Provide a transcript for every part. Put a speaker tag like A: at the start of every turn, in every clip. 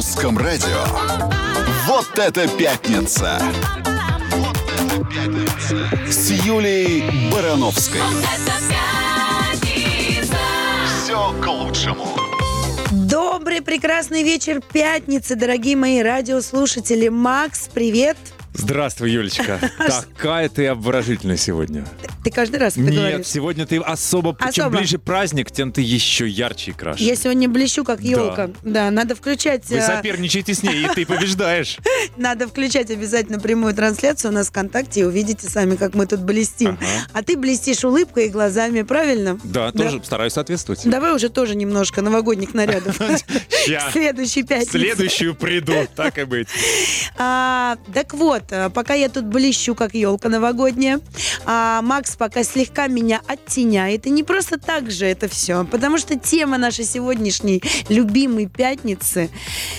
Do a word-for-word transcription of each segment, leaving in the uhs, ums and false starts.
A: русском радио. Вот это пятница! Вот это пятница! С Юлией Барановской. Все к лучшему.
B: Добрый, прекрасный вечер пятницы, дорогие мои радиослушатели. Макс, привет.
C: Здравствуй, Юлечка. Такая ты обворожительная сегодня.
B: Ты каждый раз это
C: Нет,
B: говоришь.
C: сегодня ты особо,
B: Особо.
C: Чем ближе праздник, тем ты еще ярче и краше.
B: Я сегодня блещу, как елка. Да,
C: Да.
B: надо включать...
C: Вы
B: а,
C: соперничаете с ней, и ты побеждаешь.
B: Надо включать обязательно прямую трансляцию у нас ВКонтакте, и увидите сами, как мы тут блестим.
C: Ага.
B: А ты блестишь улыбкой и глазами, правильно?
C: Да, тоже стараюсь соответствовать.
B: Давай уже тоже немножко новогодних нарядов.
C: Я
B: В следующей
C: в
B: пятнице.
C: следующую приду, так и быть.
B: А, так вот, а, пока я тут блещу, как елка новогодняя, а Макс пока слегка меня оттеняет. И не просто так же это все, потому что тема нашей сегодняшней любимой пятницы...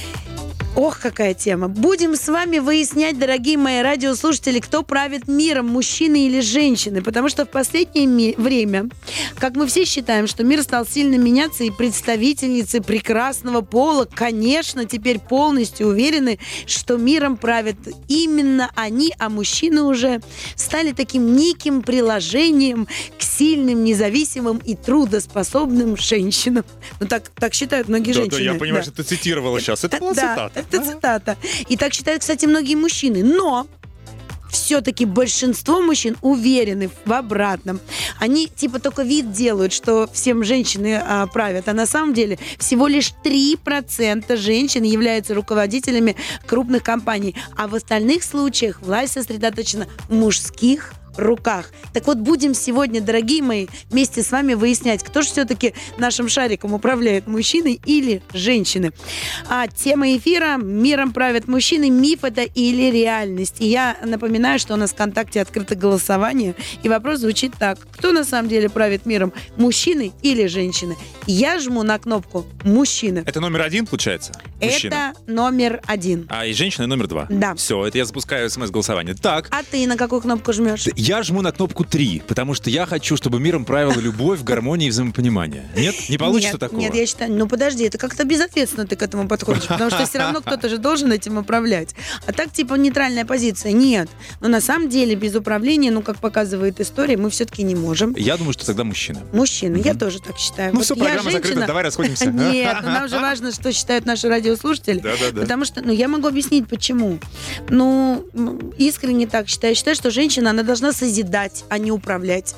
B: Ох, какая тема. Будем с вами выяснять, дорогие мои радиослушатели, кто правит миром, мужчины или женщины. Потому что в последнее ми- время, как мы все считаем, что мир стал сильно меняться, и представительницы прекрасного пола, конечно, теперь полностью уверены, что миром правят именно они, а мужчины уже стали таким неким приложением к сильным, независимым и трудоспособным женщинам. Ну, так, так считают многие
C: Да,
B: женщины.
C: да, я понимаю,
B: Да.
C: что ты цитировала сейчас. Это была
B: Да,
C: цитата.
B: это цитата. И так считают, кстати, многие мужчины. Но все-таки большинство мужчин уверены в обратном. Они типа только вид делают, что всем женщины а, правят. А на самом деле всего лишь три процента женщин являются руководителями крупных компаний. А в остальных случаях власть сосредоточена в мужских руках. Так вот, будем сегодня, дорогие мои, вместе с вами выяснять, кто же все-таки нашим шариком управляет, мужчины или женщины. А тема эфира «Миром правят мужчины. Миф это или реальность?» И я напоминаю, что у нас в ВКонтакте открыто голосование, и вопрос звучит так. Кто на самом деле правит миром, мужчины или женщины? Я жму на кнопку «Мужчины».
C: Это номер один, получается? Мужчина.
B: Это номер один.
C: А и женщина номер два?
B: Да.
C: Все, это я запускаю смс-голосование. Так.
B: А ты на какую кнопку жмешь?
C: Я жму на кнопку три, потому что я хочу, чтобы миром правила любовь, гармония и взаимопонимание. Нет? Не получится
B: нет,
C: такого?
B: Нет, я считаю, ну подожди, это как-то безответственно ты к этому подходишь, потому что все равно кто-то же должен этим управлять. А так, типа, нейтральная позиция. Нет. Но на самом деле без управления, ну, как показывает история, мы все-таки не можем.
C: Я думаю, что тогда мужчина.
B: Мужчина, я тоже так считаю.
C: Ну
B: Вот
C: все,
B: я
C: программа
B: женщина-
C: закрыта, давай расходимся.
B: Нет, ну, нам же важно, что считают наши радиослушатели.
C: Да-да-да.
B: Потому что, ну, я могу объяснить, почему. Ну, м, искренне так считаю. Я считаю, что женщина, она должна созидать, а не управлять.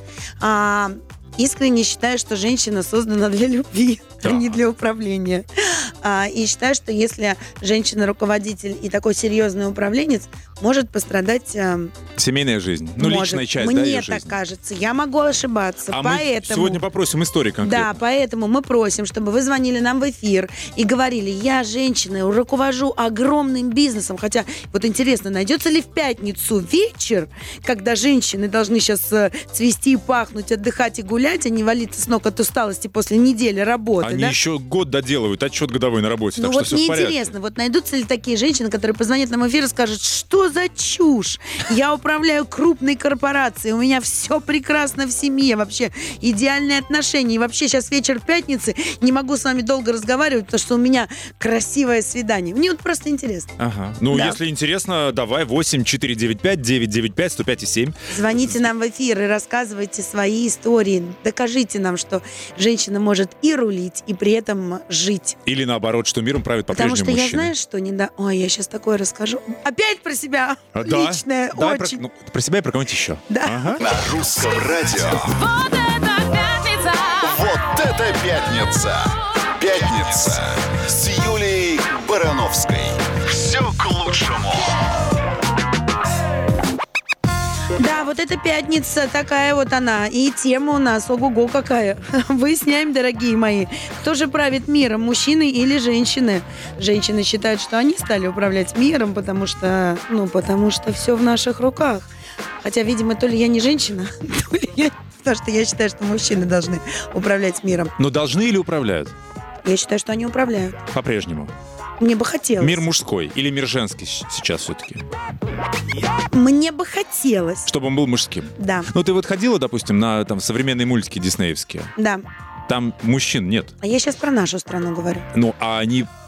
B: А, искренне считаю, что женщина создана для любви,
C: Да.
B: а не для управления. А, и считаю, что если женщина руководитель и такой серьезный управленец, может пострадать... а,
C: Семейная жизнь. Ну,
B: может.
C: личная часть,
B: Мне
C: да, ее
B: так
C: жизни.
B: кажется. Я могу ошибаться.
C: А мы
B: поэтому...
C: сегодня попросим истории
B: Да,
C: конкретно.
B: поэтому мы просим, чтобы вы звонили нам в эфир и говорили: я женщина, руковожу огромным бизнесом. Хотя, вот интересно, найдется ли в пятницу вечер, когда женщины должны сейчас цвести и пахнуть, отдыхать и гулять, а не валиться с ног от усталости после недели работы,
C: Они
B: да?
C: еще год доделывают, отчет годовой на работе,
B: Ну
C: так
B: вот
C: что все
B: мне
C: в порядке.
B: интересно, вот найдутся ли такие женщины, которые позвонят нам в эфир и скажут: что за чушь? Я управляю крупной корпорацией, у меня все прекрасно в семье, вообще идеальные отношения. И вообще сейчас вечер пятницы, не могу с вами долго разговаривать, потому что у меня красивое свидание. Мне вот просто интересно.
C: Ага. Ну,
B: Да.
C: если интересно, давай восемь четыре девять пять девять девять пять сто пять семь.
B: Звоните нам в эфир и рассказывайте свои истории. Докажите нам, что женщина может и рулить, и при этом жить.
C: Или наоборот, что миром правит
B: Потому что
C: по-прежнему
B: я,
C: мужчины.
B: знаешь, что не да. Ой, я сейчас такое расскажу. Опять про себя.
C: А, да?
B: Личное,
C: Давай про,
B: очень.
C: ну, про себя и про кого-нибудь еще.
B: Да.
C: Ага.
A: На русском радио.
D: Вот это пятница!
A: Вот это пятница! Пятница с Юлией Барановской. Все к лучшему.
B: Да, вот эта пятница, такая вот она. И тема у нас, ого-го, какая. Выясняем, дорогие мои, кто же правит миром, мужчины или женщины. Женщины считают, что они стали управлять миром, потому что, ну, потому что все в наших руках. Хотя, видимо, то ли я не женщина, то ли я... Потому что я считаю, что мужчины должны управлять миром.
C: Но должны или управляют?
B: Я считаю, что они управляют.
C: По-прежнему.
B: Мне бы хотелось.
C: Мир мужской или мир женский с- сейчас все-таки?
B: Мне бы хотелось.
C: Чтобы он был мужским.
B: Да,
C: Ну, ты вот ходила, допустим, на там современные мультики диснеевские.
B: да.
C: Там мужчин нет.
B: А я сейчас про нашу страну говорю.
C: Ну, а они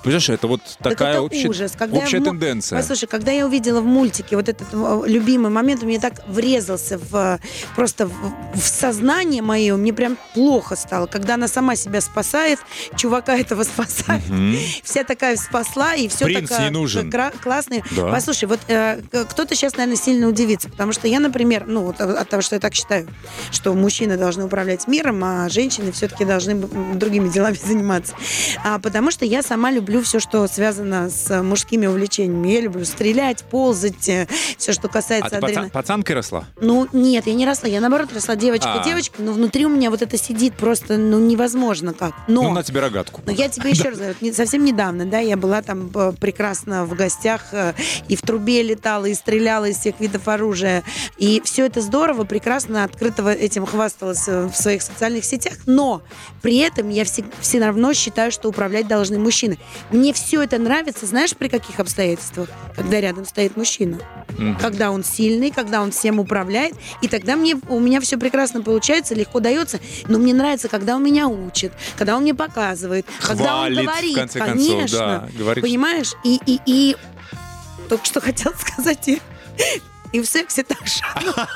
C: Понимаешь, это вот
B: Так
C: такая
B: это
C: общая,
B: ужас. Когда
C: общая
B: я в му-
C: тенденция.
B: Послушай, когда я увидела в мультике вот этот э, любимый момент, он мне так врезался в, э, просто в, в сознание мое, мне прям плохо стало, когда она сама себя спасает, чувака этого спасает.
C: Мгм.
B: Вся такая спасла, и все
C: Принц
B: такая
C: не нужен.
B: кра- классная.
C: Да.
B: Послушай, вот э, к- кто-то сейчас, наверное, сильно удивится, потому что я, например, ну, вот от того, что я так считаю, что мужчины должны управлять миром, а женщины все-таки должны м, другими делами заниматься. А, потому что я сама люблю все, что связано с мужскими увлечениями. Я люблю стрелять, ползать, все, что
C: А
B: касается
C: ты пацан-
B: адреналина.
C: пацанкой росла?
B: Ну, нет, я не росла. Я, наоборот, росла
C: А.
B: девочка-девочка, но внутри у меня вот это сидит просто, ну, невозможно как. Но...
C: Ну, на тебе рогатку.
B: Но я тебе еще раз говорю, не- совсем недавно, да, я была там э, прекрасно в гостях, э, и в трубе летала, и стреляла из всех видов оружия. И все это здорово, прекрасно, открыто этим хвасталась э, в своих социальных сетях. Но при этом я все, все равно считаю, что управлять должны мужчины. Мне все это нравится, знаешь, при каких обстоятельствах? Когда рядом стоит мужчина.
C: Мгм.
B: Когда он сильный, когда он всем управляет, и тогда мне, у меня все прекрасно получается, легко дается, но мне нравится, когда он меня учит, когда он мне показывает, когда он
C: Хвалит,
B: говорит,
C: в конце
B: конечно,
C: концов, да, говорит.
B: понимаешь, и, и, и только что хотела сказать, и, и в сексе так же.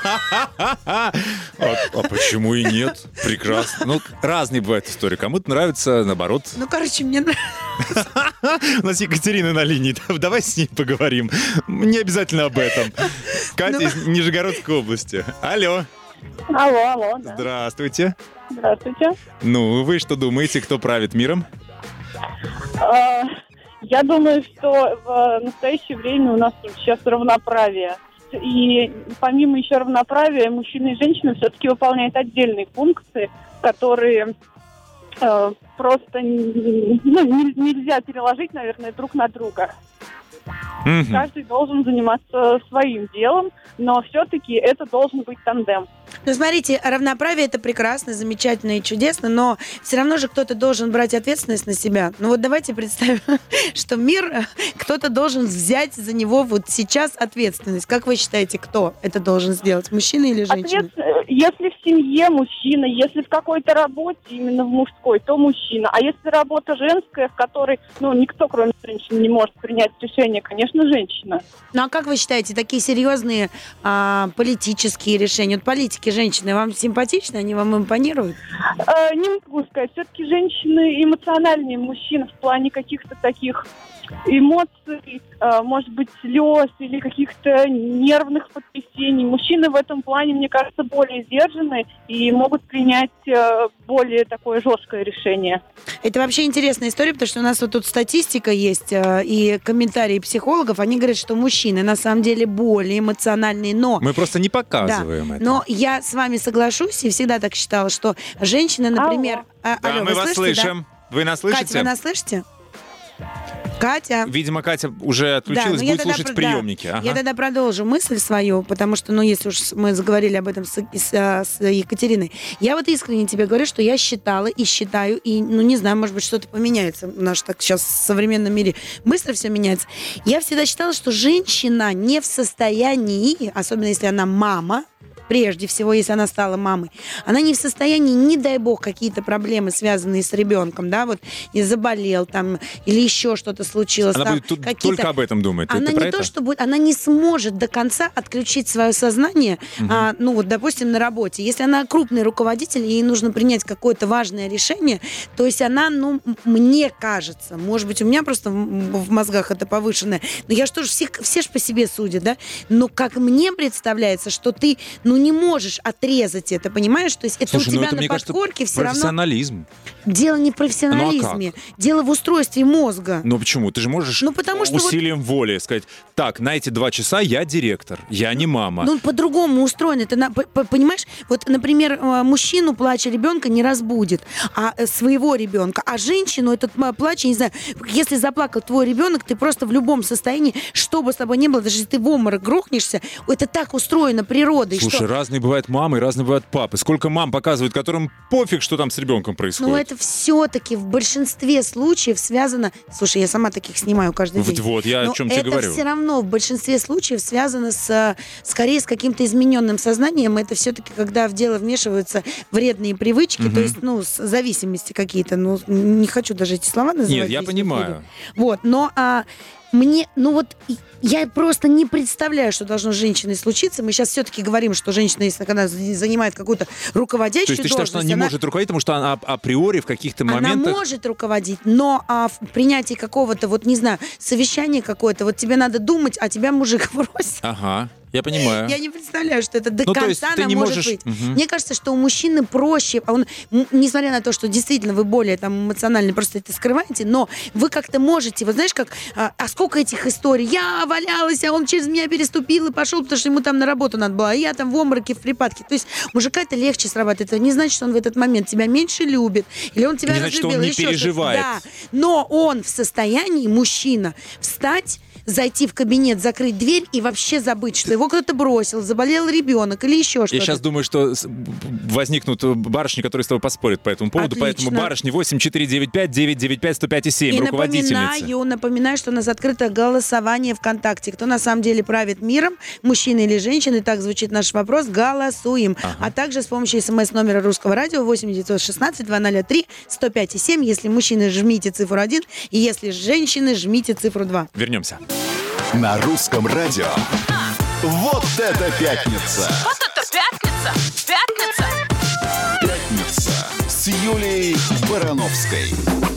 C: А, а почему и нет? Прекрасно. Ну, разные бывают истории. Кому-то нравится, наоборот.
B: Ну, короче, мне нравится.
C: У нас Екатерина на линии. Давай с ней поговорим. Не обязательно об этом. Катя
B: Ну.
C: из Нижегородской области. Алло.
E: Алло, алло, да.
C: Здравствуйте.
E: Здравствуйте.
C: Ну, вы что думаете, кто правит миром?
E: А, Я думаю, что в настоящее время у нас сейчас равноправие. И помимо еще равноправия, мужчины и женщины все-таки выполняют отдельные функции, которые э, просто н- ну, не- нельзя переложить, наверное, друг на друга.
C: Мгм.
E: Каждый должен заниматься своим делом, но все-таки это должен быть тандем.
B: Ну, смотрите, равноправие это прекрасно, замечательно и чудесно, но все равно же кто-то должен брать ответственность на себя. Ну вот давайте представим, что мир, э, кто-то должен взять за него вот сейчас ответственность. Как вы считаете, кто это должен сделать, мужчина или женщина?
E: Ответ, э, если в семье мужчина, если в какой-то работе, именно в мужской, то мужчина. А если работа женская, в которой ну, никто, кроме женщины, не может принять решение, конечно, женщина.
B: Ну а как вы считаете, такие серьезные а, политические решения, вот политики женщины вам симпатичны, они вам импонируют?
E: Э, не могу сказать, все-таки женщины эмоциональнее мужчин в плане каких-то таких эмоций, э, может быть, слез или каких-то нервных потрясений. Мужчины в этом плане, мне кажется, более сдержаны и могут принять э, более такое жесткое решение.
B: Это вообще интересная история, потому что у нас вот тут статистика есть э, и комментарии психологов, они говорят, что мужчины на самом деле более эмоциональные, но...
C: Мы просто не показываем это.
B: Но я с вами соглашусь и всегда так считала, что женщины, например... А,
C: Да,
B: алло,
C: мы
B: вы
C: вас
B: слышите, да?
C: слышим. Вы нас слышите?
B: Катя, вы нас слышите? Катя.
C: Видимо, Катя уже
B: Да,
C: отключилась,
B: но я
C: будет
B: тогда
C: слушать
B: про-
C: в
B: да.
C: приемнике. Ага.
B: Я тогда продолжу мысль свою, потому что, ну, если уж мы заговорили об этом с, с- с Екатериной, я вот искренне тебе говорю, что я считала и считаю, и, ну, не знаю, может быть, что-то поменяется. У нас так сейчас в современном мире быстро все меняется. Я всегда считала, что женщина не в состоянии, особенно если она мама, прежде всего, если она стала мамой, она не в состоянии, не дай бог, какие-то проблемы, связанные с ребенком, да, вот, и заболел там, или еще что-то случилось.
C: Она
B: там,
C: будет тут
B: какие-то-
C: только об этом думать.
B: Она
C: Ты
B: не
C: про
B: то,
C: это?
B: что будет, она не сможет до конца отключить свое сознание, а, ну вот, допустим, на работе. Если она крупный руководитель, ей нужно принять какое-то важное решение, то есть она, ну, м- мне кажется, может быть, у меня просто в в мозгах это повышенное, но я что ж, все, все ж по себе судят, да, но как мне представляется, что ты, ну, не можешь отрезать это, понимаешь? То есть это
C: Слушай,
B: у
C: ну
B: тебя
C: это,
B: на
C: мне кажется,
B: подкорке все равно...
C: профессионализм.
B: Дело не в профессионализме, дело в устройстве мозга.
C: Ну почему? Ты же можешь
B: Ну, потому что вот-
C: усилием воли сказать, так, на эти два часа я директор, я не мама.
B: Ну, по-другому устроено. Это, на- по- по- понимаешь, вот, например, э, мужчину плач ребенка не разбудит, а э, своего ребенка. А женщину этот м, плач, я не знаю, если заплакал твой ребенок, ты просто в любом состоянии, что бы с тобой ни было, даже если ты в обморок грохнешься, это так устроено природой,
C: Слушай,
B: что...
C: разные бывают мамы, разные бывают папы. Сколько мам показывают, которым пофиг, что там с ребенком происходит.
B: Ну, это все-таки в большинстве случаев связано... Слушай, я сама таких снимаю каждый
C: Вот,
B: день.
C: вот, я
B: Но
C: о чем тебе
B: это
C: говорю.
B: все равно в большинстве случаев связано с, скорее с каким-то измененным сознанием. Это все-таки, когда в дело вмешиваются вредные привычки,
C: Мгм.
B: то есть, ну, с- зависимости какие-то. Ну, не хочу даже эти слова называть.
C: Нет, я
B: здесь, не
C: понимаю.
B: буду. Вот, но а, мне, ну вот, и- я просто не представляю, что должно с женщиной случиться. Мы сейчас все-таки говорим, что женщина, если она за- занимает какую-то руководящую
C: То есть ты считаешь,
B: должность,
C: что она не
B: она-
C: может руководить, потому что она ап- априори в каких-то
B: она
C: моментах...
B: может руководить, но а, в принятии какого-то, вот не знаю, совещания какое-то, вот тебе надо думать, а тебя мужик бросил.
C: Ага, я понимаю.
B: Я не представляю, что это до
C: Ну, то
B: конца
C: есть ты
B: она
C: не
B: может
C: можешь-
B: быть.
C: Мгм.
B: Мне кажется, что у мужчины проще, а он, м, несмотря на то, что действительно вы более там эмоциональны, просто это скрываете, но вы как-то можете, вот знаешь, как, а, а сколько этих историй? Я валялась, а он через меня переступил и пошел, потому что ему там на работу надо было, а я там в обмороке, в припадке. То есть мужика это легче срабатывает. Это не значит, что он в этот момент тебя меньше любит, или он тебя
C: Не значит, что он
B: разлюбил,
C: не
B: или еще что-то.
C: переживает.
B: Да, но он в состоянии, мужчина, встать, зайти в кабинет, закрыть дверь и вообще забыть, что его кто-то бросил, заболел ребенок или еще что-то.
C: Я сейчас думаю, что с- б- б- возникнут барышни, которые с тобой поспорят по этому поводу.
B: Отлично.
C: Поэтому барышни восемь четыре девять пять девять девять пять сто пять и семь,
B: И
C: руководительницы.
B: напоминаю, напоминаю, что у нас открыто голосование ВКонтакте. Кто на самом деле правит миром, мужчина или женщина? Так звучит наш вопрос. Голосуем. А также с помощью смс-номера русского радио восемь девятьсот шестнадцать двести три сто пять и семь. Если мужчины, жмите цифру один, и если женщины, жмите цифру два.
C: Вернемся.
A: На русском радио. Вот это пятница!
D: Вот это пятница! Пятница!
A: Пятница с Юлией Барановской.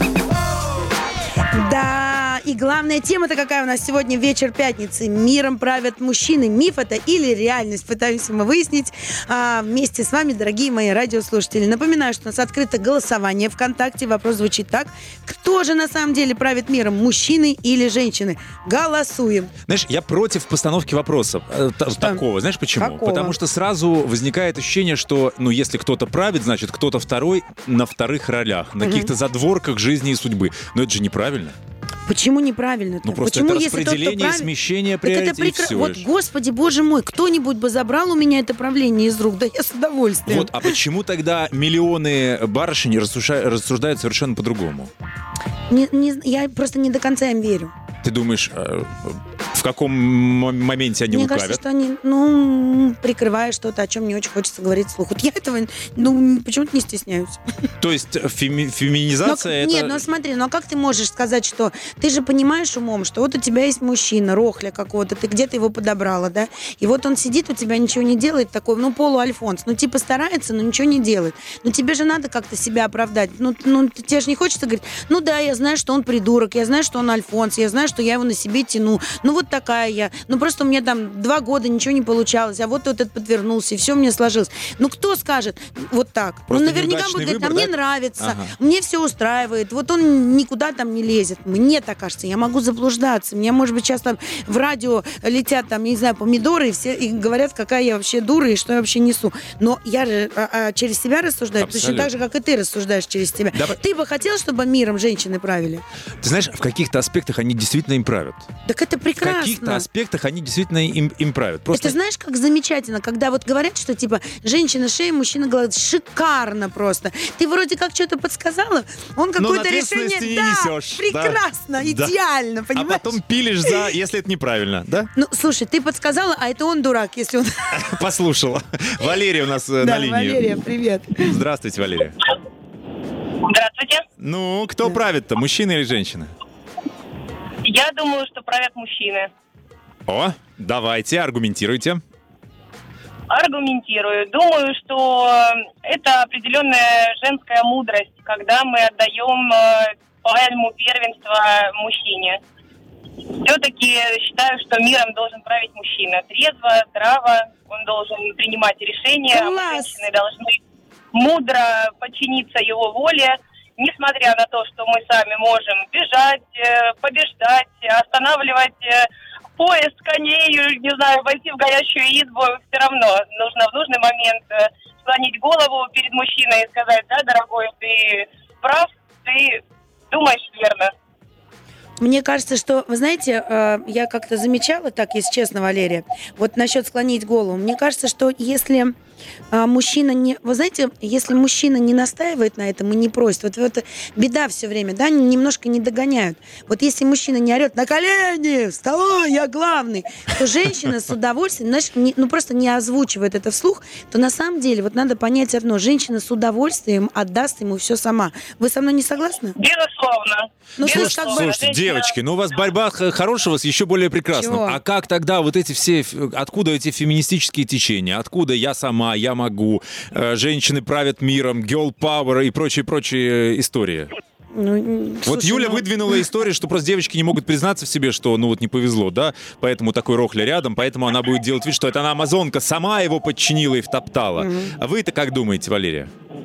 B: Да, и главная тема-то какая у нас сегодня, вечер пятницы. Миром правят мужчины. Миф это или реальность? Пытаемся мы выяснить а, вместе с вами, дорогие мои радиослушатели. Напоминаю, что у нас открыто голосование ВКонтакте. Вопрос звучит так. Кто же на самом деле правит миром, мужчины или женщины? Голосуем.
C: Знаешь, я против постановки вопроса э, та- такого. Знаешь почему?
B: Какого?
C: Потому что сразу возникает ощущение, что, ну, если кто-то правит, значит, кто-то второй на вторых ролях, на каких-то задворках жизни и судьбы. Но это же неправильно.
B: Почему неправильно-то?
C: Ну, просто
B: Почему,
C: это
B: если тот, кто
C: распределение,
B: правит-
C: смещение
B: Так это
C: приоритетов, и
B: прекра-
C: всего
B: Вот,
C: лишь.
B: господи, боже мой, кто-нибудь бы забрал у меня это правление из рук? Да я с удовольствием.
C: Вот, а почему тогда миллионы барышень рассужа- рассуждают совершенно по-другому?
B: Не- не- я просто не до конца им верю.
C: Ты думаешь, э, в каком м- моменте они
B: Мне
C: лукавят?
B: кажется, что они, ну, прикрывая что-то, о чем не очень хочется говорить вслух. Вот я этого, ну, почему-то не стесняюсь.
C: То есть феми-
B: Но-
C: феминизация это...
B: Нет, ну смотри, ну а как ты можешь сказать, что ты же понимаешь умом, что вот у тебя есть мужчина, рохля какого-то, ты где-то его подобрала, да, и вот он сидит у тебя, ничего не делает, такой, ну, полуальфонс, ну, типа старается, но ничего не делает. Ну, тебе же надо как-то себя оправдать. Ну, ну тебе же не хочется говорить, ну, да, я знаю, что он придурок, я знаю, что он альфонс, я знаю, что я его на себе тяну, ну, вот такая я, ну, просто у меня там два года ничего не получалось, а вот этот подвернулся, и все мне сложилось. Ну, кто скажет вот так?
C: Просто
B: ну, наверняка
C: неудачный
B: будет говорить, а
C: выбор,
B: мне
C: да?
B: нравится,
C: Ага.
B: мне все устраивает, вот он никуда там не лезет. Мне так кажется, я могу заблуждаться. Мне, может быть, сейчас там в радио летят, там, не знаю, помидоры, и все и говорят, какая я вообще дура и что я вообще несу. Но я же а, а, через себя рассуждаю, точно
C: Абсолютно.
B: так же, как и ты рассуждаешь через себя.
C: Давай.
B: Ты бы хотел, чтобы миром женщины правили?
C: Ты знаешь, в каких-то аспектах они действительно им правят.
B: Так это
C: В
B: прекрасно.
C: каких-то аспектах они действительно им, им правят. Просто
B: Это знаешь, как замечательно, когда вот говорят, что типа женщина шея, мужчина голова. Шикарно просто. Ты вроде как что-то подсказала, он какое-то
C: ответственности
B: решение...
C: не
B: да,
C: несешь, да.
B: прекрасно,
C: Да.
B: идеально,
C: а
B: понимаешь?
C: потом пилишь за, если это неправильно, да?
B: Ну, слушай, ты подсказала, а это он дурак, если он...
C: Послушала. Валерия у нас э,
B: Да,
C: на линии.
B: Валерия, привет.
C: Здравствуйте, Валерия.
E: Здравствуйте.
C: Ну, кто правит-то, мужчина или женщина?
E: Я думаю, что правят мужчины.
C: О, давайте, аргументируйте.
E: Аргументирую. Думаю, что это определенная женская мудрость, когда мы отдаем э, пальму первенства мужчине. Все-таки считаю, что миром должен править мужчина. Трезво, здраво, он должен принимать решения, а мы,
B: Класс!
E: женщины, должны мудро подчиниться его воле, несмотря на то, что мы сами можем бежать, э, побеждать, останавливать э, поезд, коней, не знаю, войти в горящую избу, все равно нужно в нужный момент э, склонить голову перед мужчиной и сказать: да, дорогой, ты прав, ты думаешь верно.
B: Мне кажется, что, вы знаете, э, я как-то замечала, так, если честно, Валерия, вот насчет склонить голову. Мне кажется, что если э, мужчина не... Вы знаете, если мужчина не настаивает на этом и не просит, вот это беда все время, да, немножко не догоняют. Вот если мужчина не орет на колени, вставай, я главный, то женщина с удовольствием, знаешь, не, ну просто не озвучивает это вслух, то на самом деле вот надо понять одно, женщина с удовольствием отдаст ему все сама. Вы со мной не согласны?
E: Безусловно.
B: Ну, то есть
C: Слушайте,
B: как бы-
C: слушайте,
E: женщина-
C: девочки, ну у вас борьба х- хорошего с еще более прекрасным.
B: Чего?
C: А как тогда вот эти все, ф- откуда эти феминистические течения? Откуда я сама, я могу, э, женщины правят миром, girl power и прочие-прочие истории?
B: Ну, м,
C: Вот
B: слушай,
C: Юля
B: ну,
C: выдвинула историю, что просто девочки не могут признаться в себе, что ну вот не повезло, да, поэтому такой рохля рядом, поэтому она будет делать вид, что это она амазонка, сама его подчинила и втоптала. А вы-то как думаете, Валерия?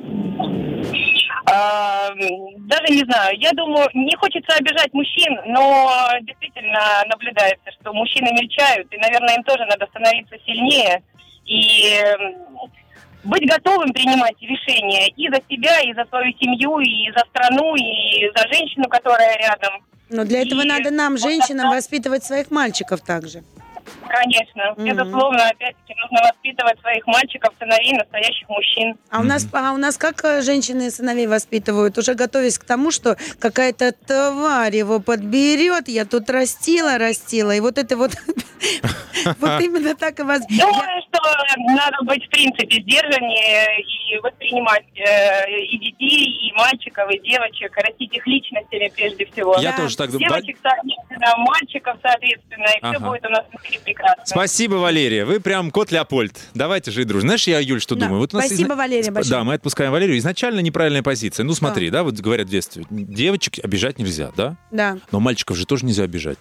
E: А, даже не знаю. Я думаю, не хочется обижать мужчин, но действительно наблюдается, что мужчины мельчают, и, наверное, им тоже надо становиться сильнее и м, быть готовым принимать решения и за себя, и за свою семью, и за страну, и за женщину, которая рядом.
B: Но для этого
E: И
B: надо нам,
E: вот
B: женщинам,
E: это-
B: воспитывать своих мальчиков также.
E: Конечно,
B: Мгм.
E: безусловно, опять-таки нужно воспитывать своих мальчиков, сыновей, настоящих мужчин.
B: А у нас, а у нас как э, женщины сыновей воспитывают, уже готовясь к тому, что какая-то тварь его подберет, я тут растила, растила, и вот это вот, вот именно так и вас...
E: Думаю, что надо быть, в принципе, сдержаннее и воспринимать э, и детей, и мальчиков, и девочек, растить их личностями прежде всего.
C: Я
B: Да.
C: тоже так думаю.
E: Девочек, соответственно, мальчиков, соответственно, и
C: Ага.
E: все будет у нас внутри прекрасно.
C: Спасибо, Валерия. Вы прям кот Леопольд. Давайте жить дружно. Знаешь, я, Юль, что
B: Да.
C: думаю? Вот у нас
B: Спасибо,
C: изна-
B: Валерия,
C: Сп-
B: большое.
C: Да, мы отпускаем Валерию. Изначально неправильная позиция. Ну, смотри, да, вот говорят в детстве, девочек обижать нельзя, да?
B: Да.
C: Но мальчиков же тоже нельзя обижать.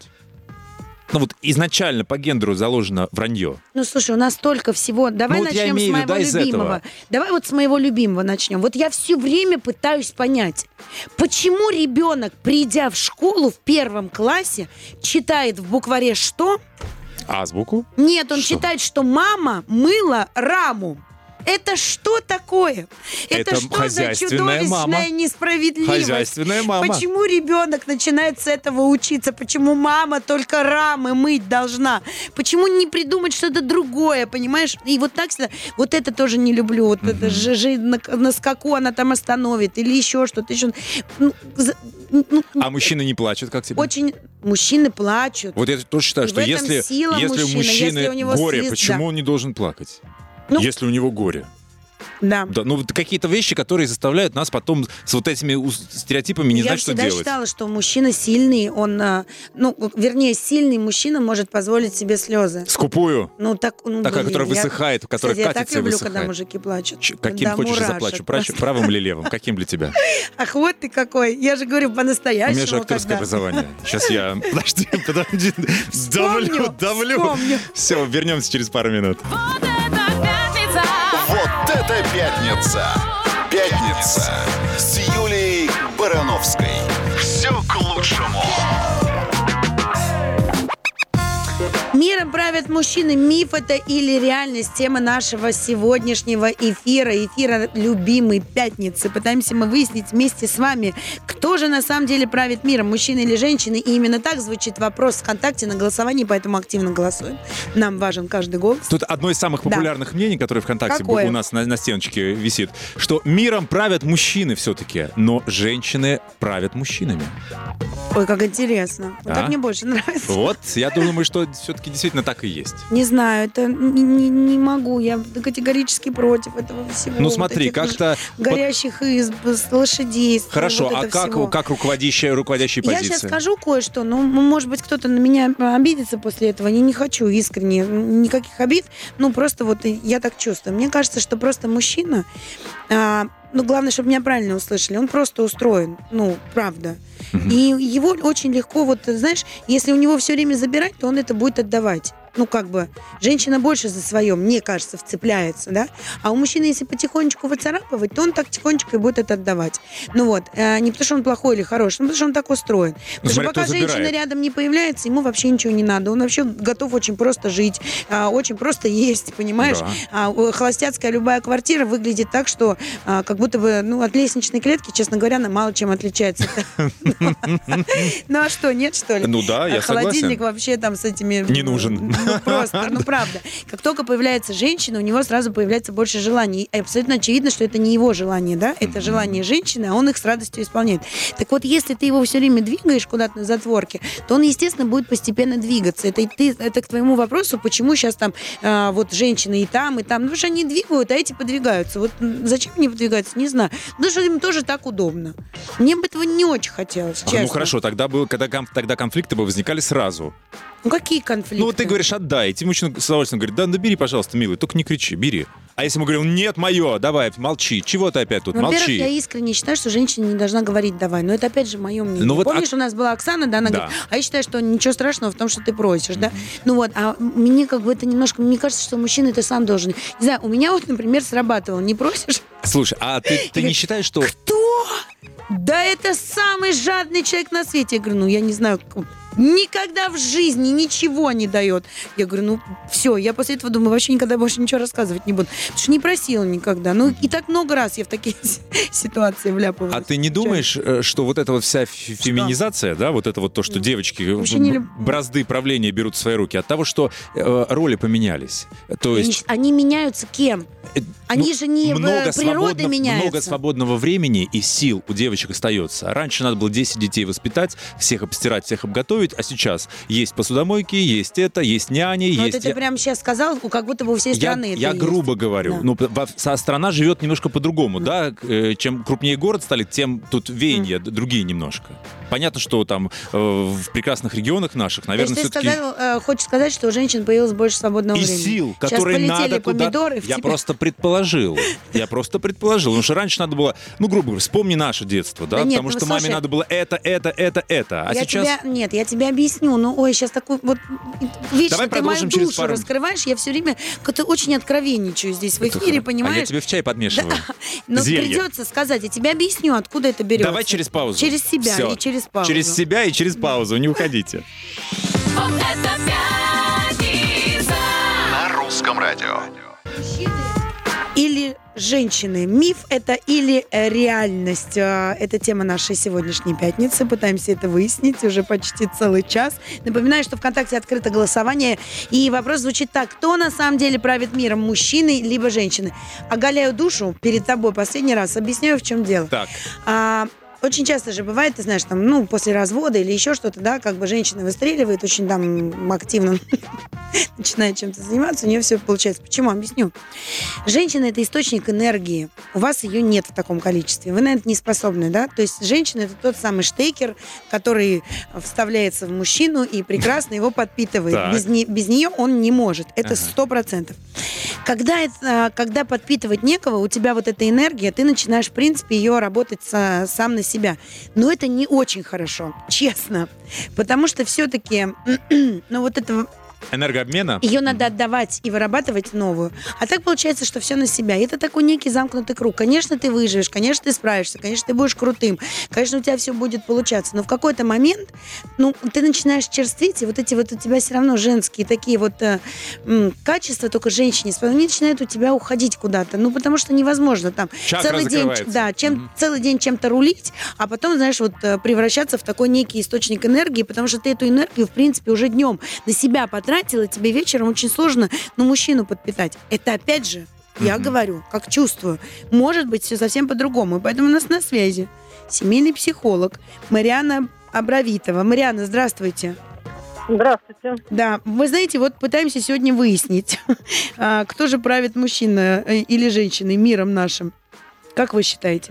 C: Ну вот изначально по гендеру заложено вранье.
B: Ну, слушай, у нас столько всего. Давай
C: Ну, вот я
B: начнем с
C: имею в виду,
B: моего
C: да, из
B: любимого.
C: этого.
B: Давай вот с моего любимого начнем. Вот я все время пытаюсь понять, почему ребенок, придя в школу в первом классе, читает в букваре что?
C: Азбуку?
B: Нет, он
C: Что?
B: читает, что мама мыла раму. Это что такое? Это,
C: Это
B: что за
C: хозяйственная
B: чудовищная
C: мама.
B: несправедливость?
C: Хозяйственная мама.
B: Почему ребенок начинает с этого учиться? Почему мама только рамы мыть должна? Почему не придумать что-то другое, понимаешь? И вот так всегда. Вот это тоже не люблю. Вот это же, же на, на скаку она там остановит или еще что-то. Еще. Ну, за- ну,
C: А мужчины не плачут, как тебе?
B: очень... Мужчины плачут.
C: Вот я тоже считаю,
B: И
C: что
B: в этом
C: если,
B: сила
C: если у
B: мужчины,
C: мужчины
B: если у него
C: горе,
B: слез-
C: почему
B: да.
C: он не должен плакать?
B: Ну-
C: Если у него горе.
B: Да.
C: Да, ну вот какие-то вещи, которые заставляют нас потом с вот этими ус- стереотипами не
B: Я
C: знать, что
B: всегда
C: делать.
B: считала, что мужчина сильный, он, а, ну, вернее, сильный мужчина может позволить себе слезы.
C: Скупую.
B: Ну, так, ну,
C: Такая,
B: блин,
C: которая
B: я-
C: высыхает, которая
B: Кстати, я так
C: катится и
B: люблю,
C: высыхает.
B: когда мужики плачут.
C: Ч- Каким
B: Да,
C: хочешь, я
B: мурашек
C: заплачу. Прач-
B: просто.
C: Правым или левым? Каким для тебя?
B: Ах, вот ты какой. Я же говорю
C: У
B: по-настоящему.
C: меня же актерское
B: когда.
C: образование. Сейчас я... Подожди, подожди. Давлю,
B: Вспомню,
C: давлю.
B: вспомню.
C: Все, вернемся через пару минут.
D: Вот это пятница!
A: Вот это пятница! Пятница с Юлией Барановской. Все к лучшему.
B: Миром правят мужчины. Миф это или реальность? Тема нашего сегодняшнего эфира. Эфира любимой пятницы. Пытаемся мы выяснить вместе с вами, кто же на самом деле правит миром, мужчины или женщины. И именно так звучит вопрос ВКонтакте на голосовании, поэтому активно голосуем. Нам важен каждый голос.
C: Тут одно из самых
B: Да.
C: популярных мнений, которое ВКонтакте
B: Какое?
C: у нас на, на стеночке висит, что миром правят мужчины все-таки, но женщины правят мужчинами.
B: Ой, как интересно. Вот
C: А?
B: так мне больше нравится.
C: Вот, я думаю, что все-таки действительно так и есть.
B: Не знаю, это не, не- не могу. Я категорически против этого всего.
C: Ну
B: Вот
C: смотри,
B: этих
C: как-то... вот-
B: горящих изб, с- лошадей. с-
C: Хорошо,
B: вот
C: а
B: это
C: как,
B: всего.
C: как руководящая, руководящая
B: Я
C: позиция?
B: сейчас скажу кое-что, ну, м- может быть, кто-то на меня обидится после этого. Я не хочу искренне никаких обид, ну, просто вот я так чувствую. Мне кажется, что просто мужчина, а, ну, главное, чтобы меня правильно услышали, он просто устроен, ну, правда. И его очень легко, вот, знаешь, если у него все время забирать, то он это будет отдавать. ну, как бы, женщина больше за свое, мне кажется, вцепляется, да? А у мужчины, если потихонечку выцарапывать, то он так тихонечко и будет это отдавать. Ну вот, э, не потому что он плохой или хороший, но потому что он так устроен. Потому
C: Ну,
B: что
C: смотри,
B: пока
C: кто
B: женщина
C: забирает.
B: рядом не появляется, ему вообще ничего не надо. Он вообще готов очень просто жить, а, очень просто есть, понимаешь?
C: Да.
B: А, у- холостяцкая любая квартира выглядит так, что а, как будто бы, ну, от лестничной клетки, честно говоря, она мало чем отличается. Ну а что, нет, что ли?
C: Ну да, я
B: А холодильник
C: согласен.
B: вообще там с этими...
C: Не нужен.
B: Ну просто, ну правда. Как только появляется женщина, у него сразу появляется больше желаний. И абсолютно очевидно, что это не его желание, да? Это желание женщины, а он их с радостью исполняет. Так вот, если ты его все время двигаешь куда-то на затворке, то он, естественно, будет постепенно двигаться. Это, ты, это к твоему вопросу, почему сейчас там а, вот женщины и там, и там. Ну, потому что они двигают, а эти подвигаются. Вот м, зачем они подвигаются, не знаю. Потому что им тоже так удобно. Мне бы этого не очень хотелось,
C: А,
B: честно.
C: ну хорошо, тогда, был, когда, кон- тогда конфликты бы возникали сразу.
B: Ну какие конфликты?
C: Ну вот ты говоришь, отдай. И тебе мужчина с удовольствием говорит, да, ну бери, пожалуйста, милый, только не кричи, бери. А если мы говорим, нет, мое, давай, молчи. Чего ты опять тут,
B: Ну, во-первых,
C: молчи.
B: я искренне считаю, что женщина не должна говорить «давай». Но это, опять же, мое мнение.
C: Ну, вот,
B: Помнишь,
C: а-
B: у нас была Оксана, да, она
C: Да.
B: говорит, а я считаю, что ничего страшного в том, что ты просишь, да? Ну вот, а мне как бы это немножко, мне кажется, что мужчина это сам должен. Не знаю, у меня вот, например, срабатывало, не просишь?
C: Слушай, а ты, ты не считаешь, что...
B: Кто? Да это самый жадный человек на свете. Я говорю, ну я не знаю, никогда в жизни ничего не дает. Я говорю, ну все, я после этого думаю, вообще никогда больше ничего рассказывать не буду. Потому что не просила никогда. Ну и так много раз я в такие ситуации вляпывалась.
C: А ты не думаешь, э, что вот эта вот вся фе- феминизация, да, вот это вот то, что девочки
B: Вообще не
C: б-
B: люб-
C: бразды правления берут в свои руки, от того, что э, роли поменялись. То
B: Они,
C: есть...
B: ж- они меняются кем?
C: э,
B: Они
C: ну,
B: же не в-
C: много
B: природа
C: свободно-
B: меняется.
C: Много свободного времени и сил у девочек остается. Раньше надо было десять детей воспитать, всех обстирать, всех обготовить, а сейчас есть посудомойки, есть это, есть няни,
B: Но
C: есть...
B: это ты
C: я-
B: прямо сейчас сказал, как будто бы у всей
C: Я,
B: страны это
C: я
B: есть.
C: грубо говорю.
B: Да.
C: Ну, во- со- страна живет немножко по-другому, да. Э, Чем крупнее город стали, тем тут веяния д- другие немножко. Понятно, что там э, в прекрасных регионах наших,
B: То
C: наверное,
B: есть ты
C: все-таки
B: сказал, э, хочешь сказать, что у женщин появилось больше свободного
C: и
B: времени?
C: сил,
B: Сейчас
C: которые
B: полетели
C: надо куда...
B: помидоры в
C: Я
B: тебя.
C: просто предположил. Я просто предположил. Потому что раньше надо было, ну, грубо говоря, вспомни наше детство, да,
B: Да нет,
C: потому
B: ну,
C: что маме
B: слушай,
C: надо было это, это, это, это. А
B: я
C: сейчас...
B: тебя, нет, я тебе объясню. Ну, ой, сейчас такой вот вечно
C: Давай
B: ты мою
C: продолжим через
B: душу
C: пару-
B: раскрываешь. Я все время как-то очень откровенничаю здесь в
C: Это
B: эфире,
C: хоро-
B: понимаешь?
C: А я тебе в чай подмешиваю.
B: Но
C: Зелье.
B: придется сказать, я тебе объясню, откуда это берется.
C: Давай через паузу.
B: Через себя
C: Всё.
B: и через паузу.
C: Через себя и через паузу. Не уходите.
D: Вот это пятница.
A: На русском радио.
B: Или женщины. Миф это или э, реальность. А, Это тема нашей сегодняшней пятницы. Пытаемся это выяснить уже почти целый час. Напоминаю, что ВКонтакте открыто голосование. И вопрос звучит так. Кто на самом деле правит миром, мужчины либо женщины? Оголяю душу перед тобой последний раз. Объясняю, в чем дело.
C: Так.
B: А, очень часто же бывает, ты знаешь, там, ну, после развода или еще что-то, да, как бы женщина выстреливает очень там активно, начинает чем-то заниматься, у нее все получается. Почему? Объясню. Женщина – это источник энергии. У вас ее нет в таком количестве. Вы на это не способны, да? То есть женщина – это тот самый штекер, который вставляется в мужчину и прекрасно его подпитывает.
C: Так.
B: Без, не- без нее он не может. Это
C: Ага.
B: сто процентов. Когда, это, когда подпитывать некого, у тебя вот эта энергия, ты начинаешь, в принципе, ее работать со- сам на себя. Но это не очень хорошо, честно. Потому что все-таки, ну вот это...
C: Энергообмена?
B: Ее надо отдавать и вырабатывать новую. А так получается, что все на себя. И это такой некий замкнутый круг. Конечно, ты выживешь, конечно, ты справишься, конечно, ты будешь крутым, конечно, у тебя все будет получаться. Но в какой-то момент, ну, ты начинаешь черстветь, и вот эти вот у тебя все равно женские такие вот э, м, качества, только женщине, они начинают у тебя уходить куда-то. Ну, потому что невозможно там
C: Чакра
B: целый день,
C: закрывается.
B: да, чем,
C: Мгм.
B: целый день чем-то рулить, а потом, знаешь, вот э, превращаться в такой некий источник энергии, потому что ты эту энергию, в принципе, уже днем на себя потратила, тебе вечером очень сложно, ну, мужчину подпитать. Это, опять же, я
C: Мгм.
B: говорю, как чувствую. Может быть, все совсем по-другому. И поэтому у нас на связи семейный психолог Марианна Абравитова. Марианна, здравствуйте.
E: Здравствуйте.
B: Да, вы знаете, вот пытаемся сегодня выяснить, а, кто же правит, мужчина э, или женщиной, миром нашим. Как вы считаете?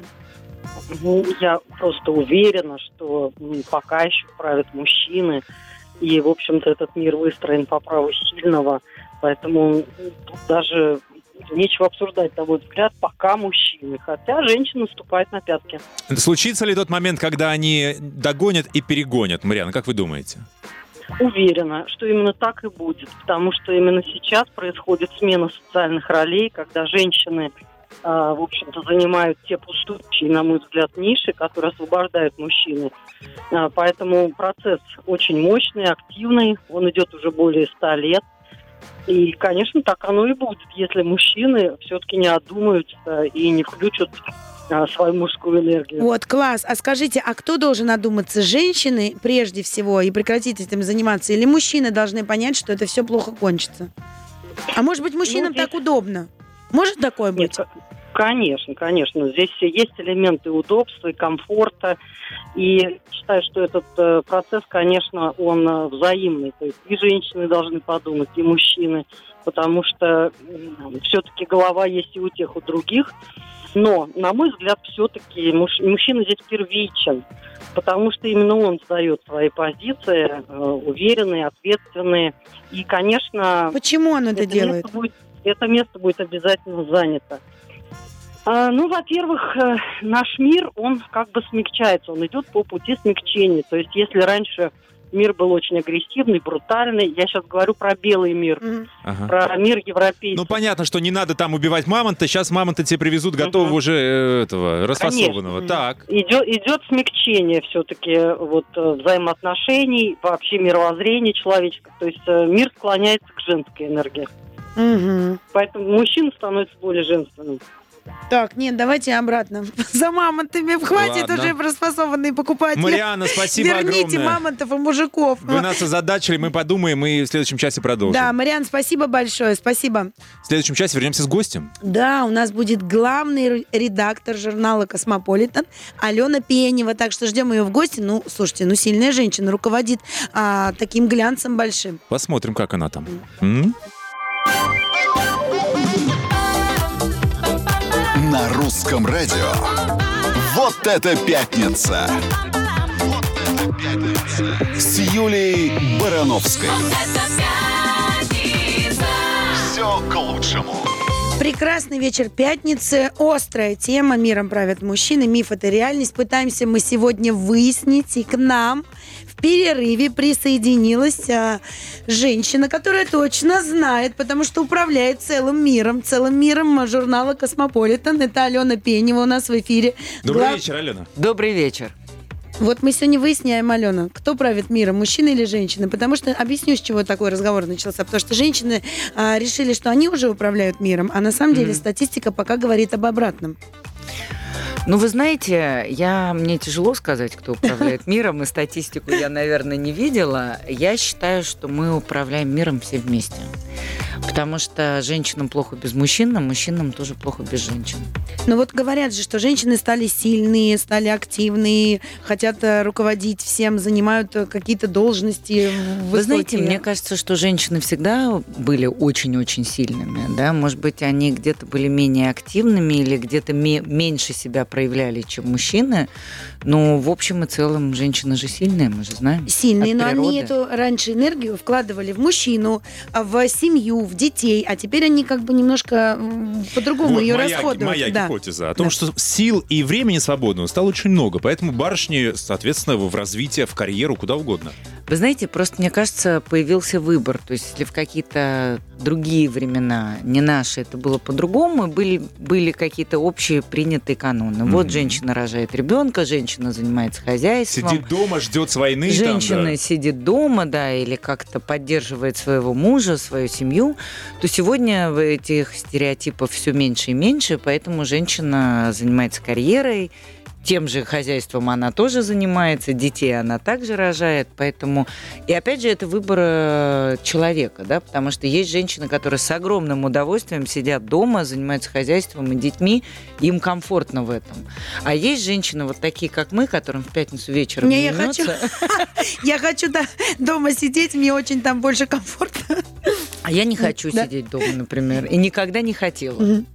F: Ну, я просто уверена, что м, пока еще правят мужчины. И, в общем-то, этот мир выстроен по праву сильного. Поэтому м, тут даже нечего обсуждать, на мой взгляд, пока мужчины. Хотя женщины наступают на пятки.
C: Случится ли тот момент, когда они догонят и перегонят? Марьяна, как вы думаете?
F: Уверена, что именно так и будет, потому что именно сейчас происходит смена социальных ролей, когда женщины, а, в общем-то, занимают те пустующие, на мой взгляд, ниши, которые освобождают мужчины. А, поэтому процесс очень мощный, активный, он идет уже более ста лет. И, конечно, так оно и будет, если мужчины все-таки не одумаются и не включат а, свою мужскую энергию.
B: Вот, класс. А скажите, а кто должен одуматься? Женщины прежде всего и прекратить этим заниматься? Или мужчины должны понять, что это все плохо кончится? А может быть, мужчинам
F: Ну, здесь-
B: так удобно? Может такое быть?
F: Нет, конечно, конечно. Здесь есть элементы удобства и комфорта. И считаю, что этот э, процесс, конечно, он э, взаимный. То есть и женщины должны подумать, и мужчины. Потому что м, все-таки голова есть и у тех, и у других. Но, на мой взгляд, все-таки муж- мужчина здесь первичен. Потому что именно он сдает свои позиции, э, уверенные, ответственные. И, конечно...
B: Почему он это,
F: Это
B: делает?
F: место будет, это место будет обязательно занято. А, ну, во-первых, э, наш мир, он как бы смягчается, он идет по пути смягчения. То есть, если раньше мир был очень агрессивный, брутальный, я сейчас говорю про белый мир,
B: Мгм.
C: Ага.
F: про мир европейский.
C: Ну, понятно, что не надо там убивать мамонта. Сейчас мамонта тебе привезут готового
F: Мгм.
C: уже э, этого, расфасованного.
B: Конечно.
C: Так.
F: Идет, идет смягчение все-таки вот, э, взаимоотношений, вообще мировоззрения человеческого. То есть э, мир склоняется к женской энергии.
B: Мгм.
F: Поэтому мужчина становится более женственным.
B: Так, нет, давайте обратно. За мамонтами. Хватит
C: Ладно.
B: уже расфасованные покупать.
C: Марианна, спасибо
B: Верните
C: огромное.
B: мамонтов и мужиков.
C: Вы нас озадачили, мы подумаем и в следующем часе продолжим.
B: Да, Мариан, спасибо большое, спасибо.
C: В следующем часе вернемся с гостем.
B: Да, у нас будет главный редактор журнала «Космополитен» Алена Пенева, так что ждем ее в гости. Ну, слушайте, ну сильная женщина, руководит а, таким глянцем большим.
C: Посмотрим, как она там. М?
A: На русском радио. Вот это пятница! Вот это пятница! С Юлией Барановской.
D: Это пятница.
A: Все к лучшему.
B: Прекрасный вечер пятницы, острая тема «Миром правят мужчины», миф – это реальность. Пытаемся мы сегодня выяснить, и к нам в перерыве присоединилась а, женщина, которая точно знает, потому что управляет целым миром, целым миром журнала «Космополитен». Это Алена Пенева у нас в эфире.
C: Добрый
B: Глав-
C: вечер, Алена.
G: Добрый вечер.
B: Вот мы сегодня выясняем, Алена, кто правит миром, мужчины или женщины. Потому что, объясню, с чего такой разговор начался. Потому что женщины а, решили, что они уже управляют миром, а на самом деле
G: Мгм.
B: статистика пока говорит об обратном.
G: Ну, вы знаете, я, мне тяжело сказать, кто управляет миром, и статистику я, наверное, не видела. Я считаю, что мы управляем миром все вместе. Потому что женщинам плохо без мужчин, а мужчинам тоже плохо без женщин.
B: Но вот говорят же, что женщины стали сильные, стали активные, хотят э, руководить всем, занимают э, какие-то должности высокие.
G: Вы знаете, мне кажется, что женщины всегда были очень-очень сильными. Да? Может быть, они где-то были менее активными или где-то ме- меньше себя проявляли, чем мужчины. Но в общем и целом женщины же сильные, мы же знаем.
B: Сильные,
G: от
B: но они
G: природы.
B: эту раньше энергию вкладывали в мужчину, а, в семью, в детей, а теперь они как бы немножко м, по-другому
C: Вот
B: ее
C: моя,
B: расходуют.
C: моя
B: Да.
C: гипотеза о том,
B: Да.
C: что сил и времени свободного стало очень много, поэтому барышни, соответственно, в развитие, в карьеру, куда угодно.
G: Вы знаете, просто мне кажется, появился выбор. То есть, если в какие-то другие времена, не наши, это было по-другому, были, были какие-то общие принятые каноны. Вот
C: Мгм.
G: женщина рожает ребенка, женщина занимается хозяйством.
C: Сидит дома, ждет с войны.
G: Женщина
C: там, да.
G: сидит дома, да, или как-то поддерживает своего мужа, свою семью, то сегодня этих стереотипов все меньше и меньше, поэтому женщина занимается карьерой, тем же хозяйством она тоже занимается, детей она также рожает, поэтому... И опять же, это выбор э, человека, да, потому что есть женщины, которые с огромным удовольствием сидят дома, занимаются хозяйством и детьми, им комфортно в этом. А есть женщины вот такие, как мы, которым в пятницу вечером
B: Не,
G: не
B: я хочу,
G: имется.
B: я хочу да, дома сидеть, мне очень там больше комфортно.
G: А я не хочу
B: Да.
G: сидеть дома, например, и никогда не хотела.
B: Мгм.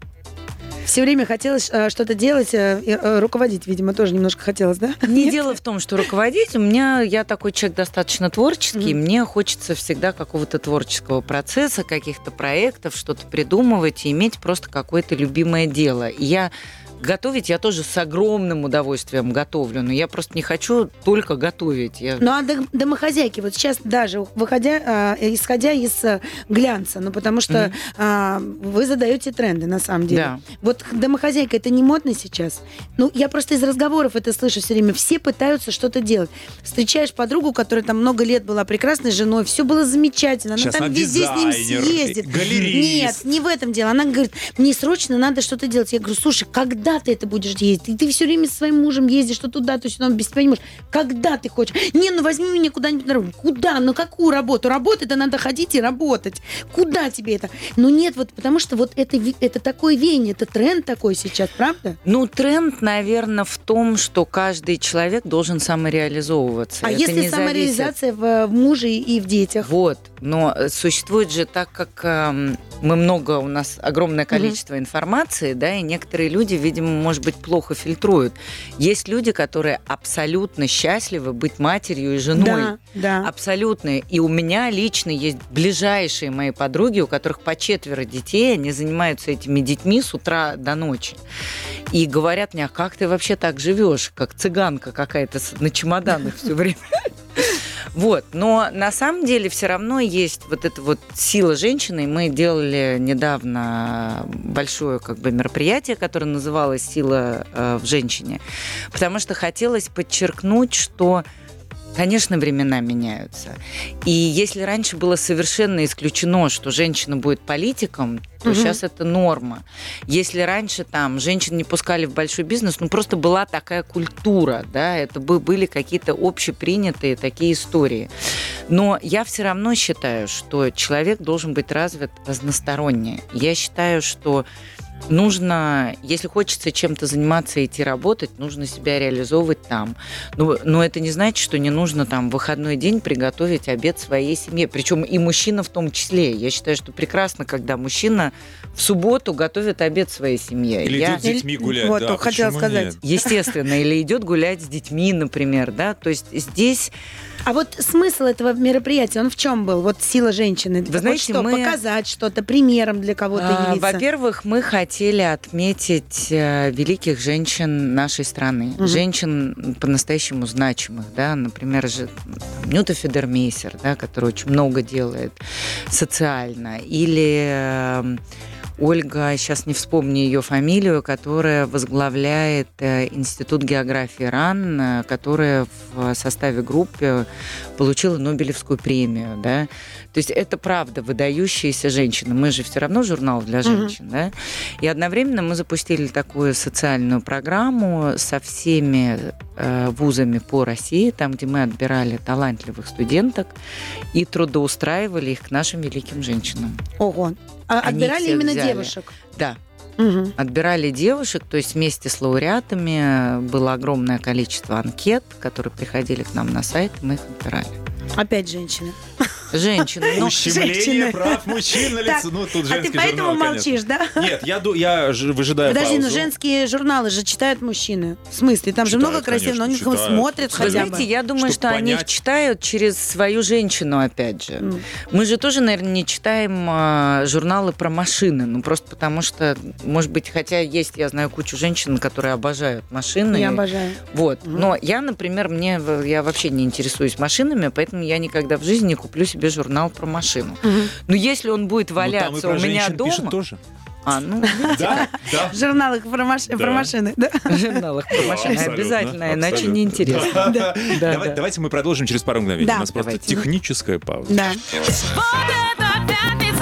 B: Все время хотелось э, что-то делать, э, и, э, руководить, видимо, тоже немножко хотелось, да?
G: Не дело в том, что руководить. У меня, я такой человек достаточно творческий,
B: Мгм.
G: мне хочется всегда какого-то творческого процесса, каких-то проектов, что-то придумывать и иметь просто какое-то любимое дело. И я готовить я тоже с огромным удовольствием готовлю, но я просто не хочу только готовить. Я...
B: Ну, а дом- домохозяйки, вот сейчас даже выходя, э, исходя из э, глянца, ну, потому что э, вы задаете тренды, на самом деле.
G: Да.
B: Вот домохозяйка, это не модно сейчас? Ну, я просто из разговоров это слышу все время. Все пытаются что-то делать. Встречаешь подругу, которая там много лет была прекрасной женой, все было замечательно, она
C: Сейчас
B: там
C: она
B: везде с ним
C: дизайнер,
B: съездит.
C: галерист.
B: Нет, не в этом дело. Она говорит, мне срочно надо что-то делать. Я говорю, слушай, когда ты это будешь ездить? И ты все время со своим мужем ездишь, что туда, то сюда, он без тебя не может. Когда ты хочешь? Не, ну возьми меня куда-нибудь на работу. Куда? Ну какую работу? Работать-то надо ходить и работать. Куда тебе это? Ну нет, вот потому что вот это, ви- это такое веяние, это тренд такой сейчас, правда?
G: Ну, тренд, наверное, в том, что каждый человек должен самореализовываться.
B: А
G: Это
B: если
G: не зависит-
B: самореализация в, в муже и в детях?
G: Вот, но существует же так, как эм, мы много, у нас огромное количество информации, да, и некоторые люди, видимо, может быть, плохо фильтруют. Есть люди, которые абсолютно счастливы быть матерью и женой.
B: Да, да.
G: Абсолютно. И у меня лично есть ближайшие мои подруги, у которых по четверо детей, они занимаются этими детьми с утра до ночи. И говорят мне, а как ты вообще так живешь, как цыганка какая-то с- на чемоданах все время? Вот, но на самом деле все равно есть вот эта вот сила женщины. Мы делали недавно большое как бы мероприятие, которое называлось «Сила э, в женщине», потому что хотелось подчеркнуть, что, конечно, времена меняются. И если раньше было совершенно исключено, что женщина будет политиком, то
B: Мгм.
G: сейчас это норма. Если раньше там женщин не пускали в большой бизнес, ну просто была такая культура, да, это бы- были какие-то общепринятые такие истории. Но я все равно считаю, что человек должен быть развит разносторонне. Я считаю, что нужно, если хочется чем-то заниматься и идти работать, нужно себя реализовывать там. Но, но это не значит, что не нужно там в выходной день приготовить обед своей семье. Причем и мужчина в том числе. Я считаю, что прекрасно, когда мужчина в субботу готовит обед своей семье.
C: Или
G: Я-
C: идет с детьми гулять.
B: Вот,
C: да,
B: хотела
C: почему
B: сказать.
C: нет?
G: Естественно, или идет гулять с детьми, например, да. То есть здесь
B: А вот смысл этого мероприятия, он в чем был? Вот сила женщины.
G: Вы
B: Вот
G: знаете,
B: что,
G: мы-
B: показать что-то, примером для кого-то
G: А,
B: явиться.
G: Во-первых, мы хотели отметить э, великих женщин нашей страны,
B: Мгм.
G: женщин по-настоящему значимых, да, например, же, там, Нюта Федермейсер, да, которая очень много делает социально, или э, Ольга, сейчас не вспомню ее фамилию, которая возглавляет э, Институт географии РАН, э, которая в составе группы получила Нобелевскую премию, да. То есть это правда выдающиеся женщины. Мы же все равно журнал для женщин, да. И одновременно мы запустили такую социальную программу со всеми э, вузами по России, там, где мы отбирали талантливых студенток и трудоустраивали их к нашим великим женщинам.
B: Ого. А
G: Они
B: отбирали
G: всех
B: именно
G: взяли.
B: девушек?
G: Да.
B: Мгм.
G: Отбирали девушек, то есть вместе с лауреатами было огромное количество анкет, которые приходили к нам на сайт, и мы их отбирали.
B: Опять женщины.
G: Женщины, ну,
C: Ущемление
B: женщины.
C: прав мужчин на
B: Так,
C: лицо. Ну, тут
B: А
C: женский
B: ты поэтому
C: журнал, конечно.
B: молчишь, да?
C: Нет, я, ду- я ж- выжидаю
B: Подожди,
C: паузу.
B: но женские журналы же читают мужчины. В смысле? Там же
C: Читают,
B: много красивых, но они
C: конечно,
B: их
C: читают.
B: смотрят
G: Вы
B: хотя бы.
G: знаете, я думаю,
C: Чтоб
G: что они их
C: понять.
G: читают через свою женщину, опять же.
B: М.
G: Мы же тоже, наверное, не читаем а, журналы про машины, ну просто потому что, может быть, хотя есть, я знаю, кучу женщин, которые обожают машины.
B: Я
G: и-
B: обожаю.
G: Вот.
B: Мгм.
G: Но я, например, мне в- я вообще не интересуюсь машинами, поэтому я никогда в жизни не куплю себе журнал про машину.
B: Мгм.
G: Но если он будет
C: Ну, там и
G: валяться
C: про
G: у меня
C: женщин пишут
G: дома,
C: тоже.
G: а ну
C: Да, да.
B: В журналах про, маш- про
C: Да.
B: машины, да?
G: в журналах про машины
C: Абсолютно,
G: обязательно, иначе
C: абсолютно.
G: неинтересно.
C: Да.
G: Да,
C: Давай-
G: да.
C: Давайте мы продолжим через пару мгновений.
B: Да,
C: У нас просто
G: давайте.
C: техническая пауза.
B: Да.
D: Вот это пятница.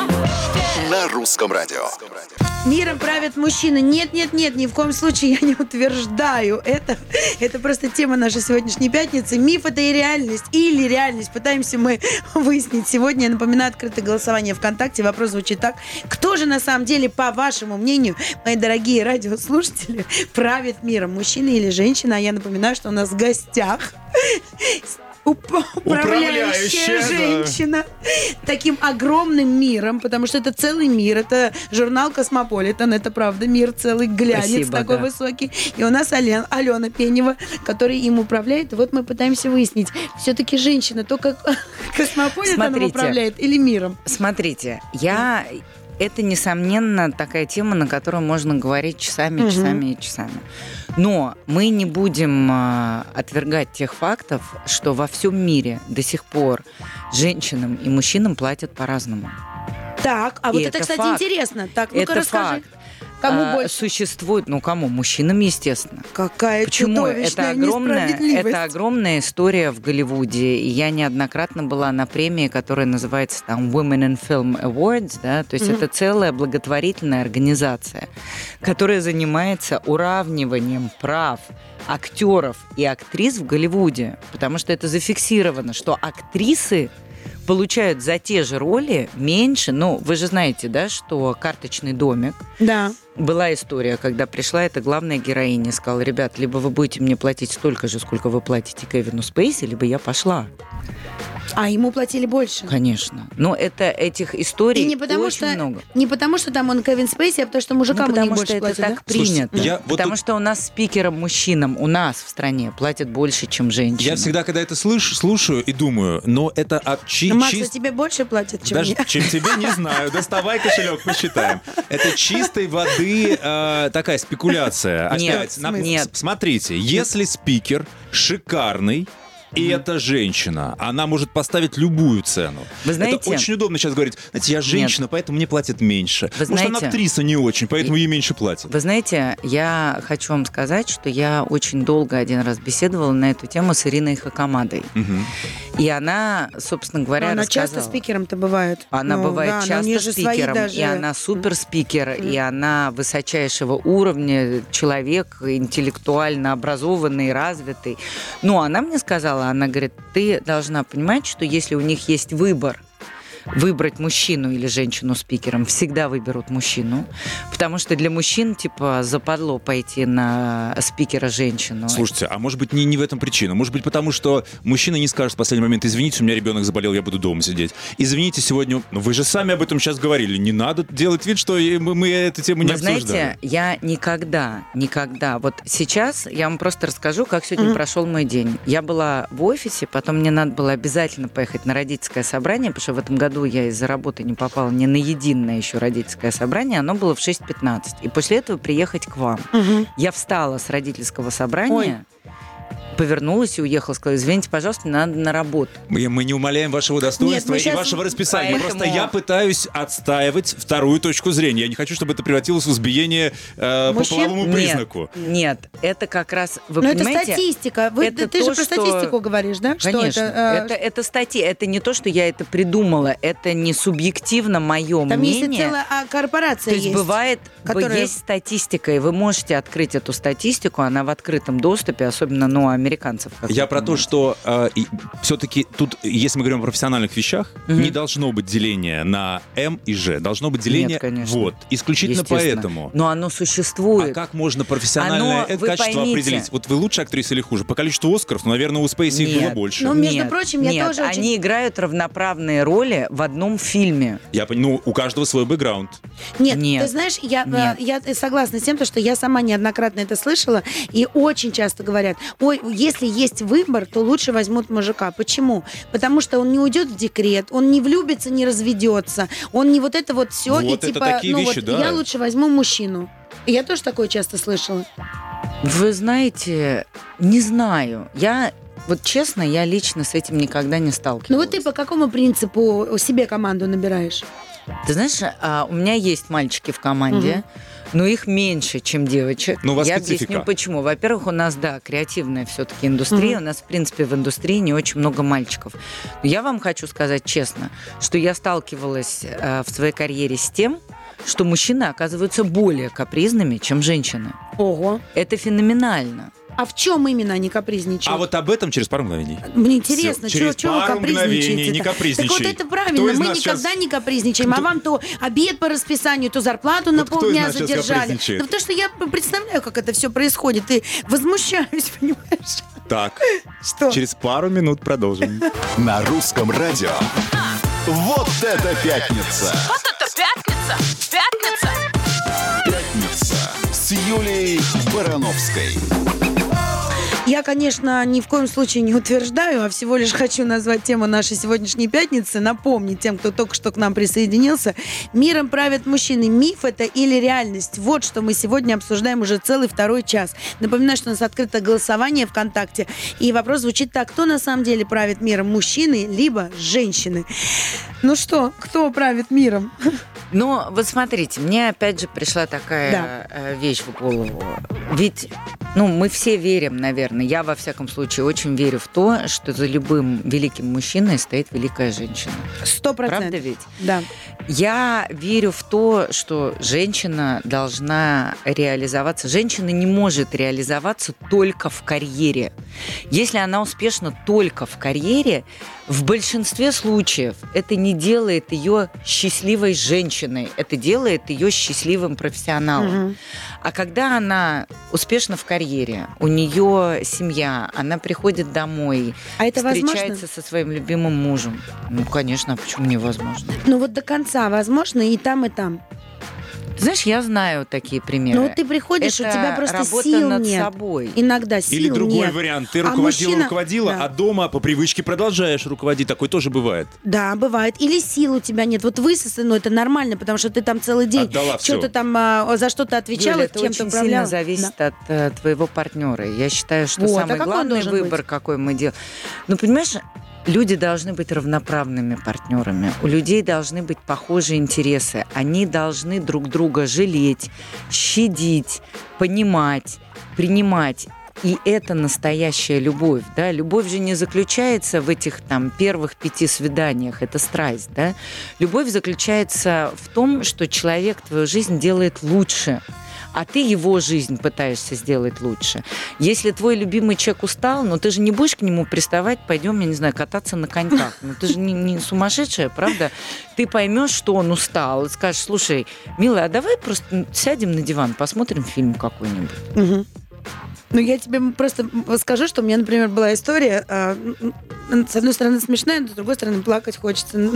A: На русском радио.
B: Миром правят мужчины. Нет, нет, нет, ни в коем случае я не утверждаю это. Это просто тема нашей сегодняшней пятницы. Миф это и реальность. Или реальность. Пытаемся мы выяснить сегодня. Я напоминаю, открытое голосование ВКонтакте. Вопрос звучит так. Кто же на самом деле, по вашему мнению, мои дорогие радиослушатели, правит миром? Мужчина или женщина? А я напоминаю, что у нас в гостях уп- управляющая
C: Управляющая, да.
B: женщина таким огромным миром, потому что это целый мир, это журнал «Космополитен», это правда мир целый, глянец
G: Спасибо,
B: такой
G: да.
B: высокий. И у нас Ален- Алена Пенева, которая им управляет. И вот мы пытаемся выяснить, все-таки женщина только «Космополитеном»
G: Смотрите.
B: управляет или миром?
G: Смотрите, я это, несомненно, такая тема, на которую можно говорить часами,
B: Мгм.
G: часами и часами. Но мы не будем а, отвергать тех фактов, что во всем мире до сих пор женщинам и мужчинам платят по-разному.
B: Так, а вот
G: И
B: это,
G: это
B: кстати,
G: факт.
B: интересно. Так, ну-ка
G: Это
B: расскажи.
G: факт.
B: Кому
G: А,
B: больше?
G: Существует, ну кому? Мужчинам, естественно.
B: Какая
G: Почему? Это
B: чудовищная
G: огромная,
B: несправедливость.
G: это огромная история в Голливуде. И я неоднократно была на премии, которая называется там Women in Film Awards, да, то есть
B: Мгм.
G: это целая благотворительная организация, которая занимается уравниванием прав актеров и актрис в Голливуде, потому что это зафиксировано, что актрисы получают за те же роли меньше. Ну, вы же знаете, да, что «Карточный домик»,
B: Да.
G: была история, когда пришла эта главная героиня и сказала: ребят, либо вы будете мне платить столько же, сколько вы платите Кевину Спейси, либо я пошла.
B: А ему платили больше.
G: Конечно. Но это этих историй
B: И не потому,
G: очень
B: что,
G: много.
B: не потому, что там он Кевин Спейси, а потому что мужикам
G: Ну,
B: у них
G: потому
B: больше
G: что это
B: платят,
G: так
B: да?
C: Слушайте,
G: принято.
C: я вот
G: потому
C: тут-
G: что у нас спикерам, мужчинам, у нас в стране платят больше, чем женщинам.
C: Я всегда, когда это слышу, слушаю и думаю, но это а, чи-
B: Ну, Макс, а
C: чис-
B: тебе больше платят, чем
C: Даже
B: мне?
C: чем тебе, не знаю. Доставай кошелек, посчитаем. Это чистой воды э, такая спекуляция.
G: Нет,
C: Опять, на-
G: нет.
C: с- Смотрите, если спикер шикарный, и эта женщина, она может поставить любую цену.
G: Вы знаете-
C: Это очень удобно сейчас говорить, знаете, я женщина, поэтому мне платят меньше.
G: Вы
C: Может, она
G: знаете-
C: актриса не очень, поэтому ей меньше платят.
G: Вы знаете, я хочу вам сказать, что я очень долго один раз беседовала на эту тему с Ириной Хакамадой.
C: Мгм.
G: И она, собственно говоря,
B: Но она
G: рассказала...
B: часто спикером-то бывает.
G: Она
B: Ну,
G: бывает
B: да, но у
G: часто
B: нее же свои
G: спикером,
B: даже-
G: и она суперспикер, и она высочайшего уровня, человек, интеллектуально образованный, развитый. Но она мне сказала, она говорит, ты должна понимать, что если у них есть выбор, выбрать мужчину или женщину спикером, всегда выберут мужчину, потому что для мужчин, типа, западло пойти на спикера женщину.
C: Слушайте, а может быть не, не в этом причина? Может быть потому, что мужчина не скажет в последний момент: извините, у меня ребенок заболел, я буду дома сидеть. Извините, сегодня... Ну, вы же сами об этом сейчас говорили. Не надо делать вид, что и мы, мы эту тему не
G: Вы знаете,
C: обсуждали.
G: я никогда, никогда... Вот сейчас я вам просто расскажу, как сегодня
B: Мгм.
G: прошел мой день. Я была в офисе, потом мне надо было обязательно поехать на родительское собрание, потому что в этом году я из-за работы не попала ни на единое еще родительское собрание. Оно было в шесть пятнадцать. И после этого приехать к вам.
B: Мгм.
G: Я встала с родительского собрания, повернулась и уехала. Сказала, извините, пожалуйста, мне надо на работу.
C: Мы, мы не умаляем вашего достоинства
B: мы
C: и
B: щас-
C: вашего расписания.
G: Поэтому-
C: Просто я пытаюсь отстаивать вторую точку зрения. Я не хочу, чтобы это превратилось в избиение э, по
B: Мужчин?
C: половому
G: Нет,
C: признаку.
G: нет, это как раз, вы
B: Но это
G: понимаете...
B: статистика. Вы,
G: это
B: ты же
G: то,
B: про
G: что-
B: статистику говоришь, да?
G: Конечно,
B: Что это,
G: это,
B: э,
G: это, статья, это не то, что я это придумала, это не субъективно мое
B: там есть и
G: мнение.
B: целая а, корпорация
G: То есть,
B: есть.
G: бывает,
B: которая-
G: есть статистика, и вы можете открыть эту статистику, она в открытом доступе, особенно, ну, у американцев. как
C: Я
G: вы
C: про то,
G: понимаете.
C: что э, все-таки тут, если мы говорим о профессиональных вещах,
G: Мгм.
C: не должно быть деления на М и Ж. Должно быть деление
G: Нет, конечно.
C: вот. Исключительно
G: Естественно.
C: поэтому.
G: Но оно
C: А
G: существует.
C: как можно профессиональное
G: Оно,
C: это
G: вы
C: качество
G: поймите-
C: определить? Вот вы лучше актриса или хуже? По количеству Оскаров, ну, наверное, у Спейси их было
G: Нет.
C: больше.
B: Ну, между
G: Нет,
B: прочим, я
G: нет,
B: тоже очень-
G: они играют равноправные роли в одном фильме.
C: Я пон- ну, у каждого свой бэкграунд.
B: Нет,
G: Нет.
B: ты знаешь, я,
G: Нет.
B: э, я согласна с тем, то, что я сама неоднократно это слышала, и очень часто говорят, ой, если есть выбор, то лучше возьмут мужика. Почему? Потому что он не уйдет в декрет, он не влюбится, не разведется, он не вот это вот все,
C: Вот
B: и
C: это
B: типа,
C: такие
B: ну
C: вещи,
B: вот
C: да.
B: я лучше возьму мужчину. И я тоже такое часто слышала.
G: Вы знаете, не знаю. Я, вот честно, я лично с этим никогда не сталкивалась.
B: Ну вот ты по какому принципу себе команду набираешь?
G: Ты знаешь, а, у меня есть мальчики в команде, но их меньше, чем девочек.
C: Ну, у вас
G: Я
C: специфика.
G: объясню, почему. Во-первых, у нас, да, креативная все-таки индустрия.
B: Мгм.
G: У нас, в принципе, в индустрии не очень много мальчиков. Но я вам хочу сказать честно, что я сталкивалась э, в своей карьере с тем, что мужчины оказываются более капризными, чем женщины.
B: Ого.
G: Это феноменально.
B: А в чем именно они капризничают?
C: А вот об этом через пару мгновений.
B: Мне интересно,
C: Всё, через
B: чего вы
C: пару мгновений
B: капризничаете?
C: не капризничай.
B: Так вот это
C: Кто
B: правильно,
C: из
B: мы
C: нас
B: никогда
C: щас-
B: не капризничаем, а
C: Кто-
B: вам то обед по расписанию, то зарплату на
C: Вот кто из
B: полдня
C: нас щас
B: задержали.
C: капризничает?
B: Ну, потому что я представляю, как это все происходит, и возмущаюсь, понимаешь?
C: Так,
B: Что?
C: через пару минут продолжим.
A: На русском радио. Вот это пятница!
D: Вот это пятница! Пятница!
A: Пятница с Юлией Барановской.
B: Я, конечно, ни в коем случае не утверждаю, а всего лишь хочу назвать тему нашей сегодняшней пятницы, напомнить тем, кто только что к нам присоединился. Миром правят мужчины. Миф это или реальность? Вот что мы сегодня обсуждаем уже целый второй час. Напоминаю, что у нас открыто голосование ВКонтакте. И вопрос звучит так. Кто на самом деле правит миром? Мужчины либо женщины? Ну что, кто правит миром?
G: Но вот смотрите, мне опять же пришла такая да. вещь в голову. Ведь, ну, мы все верим, наверное, я во всяком случае очень верю в то, что за любым великим мужчиной стоит великая женщина.
B: Сто процентов.
G: Правда ведь?
B: Да.
G: Я верю в то, что женщина должна реализоваться. Женщина не может реализоваться только в карьере. Если она успешна только в карьере, в большинстве случаев это не делает ее счастливой женщиной, это делает ее счастливым профессионалом. Угу. А когда она успешна в карьере, у нее семья, она приходит домой,
B: а это
G: встречается
B: возможно?
G: Со своим любимым мужем. Ну, конечно, а почему невозможно?
B: Ну вот до конца возможно и там, и там.
G: Знаешь, я знаю такие примеры.
B: Ну, ты приходишь,
G: это
B: у тебя просто
G: работа
B: сил
G: над
B: нет.
G: Собой.
B: Иногда сил
C: Или другой
B: нет.
C: вариант. Ты
B: А
C: руководила,
B: мужчина...
C: руководила,
B: да.
C: а дома по привычке продолжаешь руководить. Такое тоже бывает.
B: Да, бывает. Или сил у тебя нет. Вот высосы, ну, это нормально, потому что ты там целый день
C: Отдала всё.
B: что-то там а, за что-то отвечала,
G: Юля, это
B: кем-то
G: очень
B: управляла.
G: сильно зависит
B: Да.
G: от э, твоего партнера. Я считаю, что
B: Вот, а
G: самый
B: какой он
G: главный
B: должен
G: выбор,
B: быть?
G: какой мы делаем. Ну, понимаешь, люди должны быть равноправными партнерами. У людей должны быть похожие интересы. Они должны друг друга жалеть, щадить, понимать, принимать. И это настоящая любовь, да. Любовь же не заключается в этих там первых пяти свиданиях, это страсть, да. Любовь заключается в том, что человек твою жизнь делает лучше, а ты его жизнь пытаешься сделать лучше. Если твой любимый человек устал, но ты же не будешь к нему приставать, пойдем, я не знаю, кататься на коньках. Ну ты же не, не сумасшедшая, правда? Ты поймешь, что он устал, и скажешь: слушай, милая, а давай просто сядем на диван, посмотрим фильм какой-нибудь.
B: Угу. Ну, я тебе просто скажу, что у меня, например, была история, э, с одной стороны смешная, но с другой стороны плакать хочется.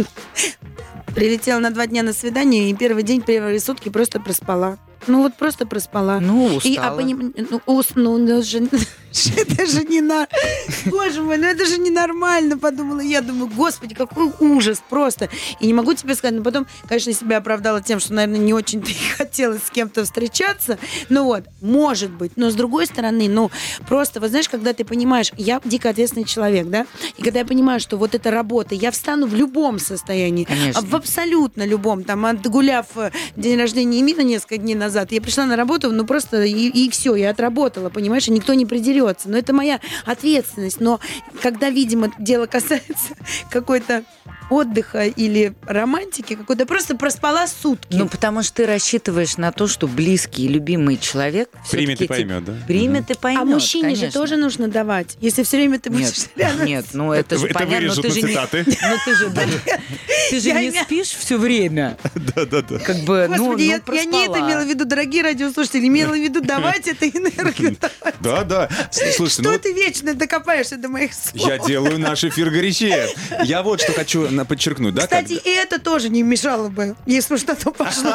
B: Прилетела на два дня на свидание, и первый день, первые сутки просто проспала. Ну, вот просто проспала.
G: Ну, устала.
B: И, а, поним... ну, ус... ну, это же... это же не на... Боже мой, ну это же ненормально, подумала я. Думаю, господи, какой ужас просто. И не могу тебе сказать, но потом, конечно, себя оправдала тем, что, наверное, не очень-то и хотелось с кем-то встречаться. Ну вот, может быть. Но с другой стороны, ну, просто, вот знаешь, когда ты понимаешь, я дико ответственный человек, да, и когда я понимаю, что вот эта работа, я встану в любом состоянии,
G: Конечно.
B: в абсолютно любом, там, отгуляв день рождения Эмина несколько дней назад, я пришла на работу, ну просто и, и все, я отработала, понимаешь, и никто не придерется. Но это моя ответственность. Но когда, видимо, дело касается какой-то отдыха или романтики, какой-то просто проспала сутки.
G: Ну, потому что ты рассчитываешь на то, что близкий и любимый человек
C: Примет и
G: всё-таки
C: поймет, да?
G: Примет и поймет.
B: А мужчине
G: конечно.
B: же тоже нужно давать. Если все время ты будешь
G: Нет,
B: рядом.
G: нет, ну это же
C: Это
G: понятно, но
C: вырежут
G: ты
C: на
G: же не,
C: цитаты.
G: ну ты же, да, ты же
B: Я
G: не
B: не-
G: спишь все время.
C: Да-да-да.
G: Как бы, ну,
B: Господи,
G: ну,
B: я, я не это
G: проспала.
B: имела в виду, дорогие радиослушатели, имела в виду давать эту энергию. давать.
C: Да-да. Слушайте, ну
B: Что ты вечно докопаешься до моих слов?
C: я делаю наш эфир горячее. Я вот что хочу на- подчеркнуть, да?
B: Кстати,
C: как-
B: и это тоже не мешало бы, если бы что-то пошло.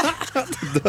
B: А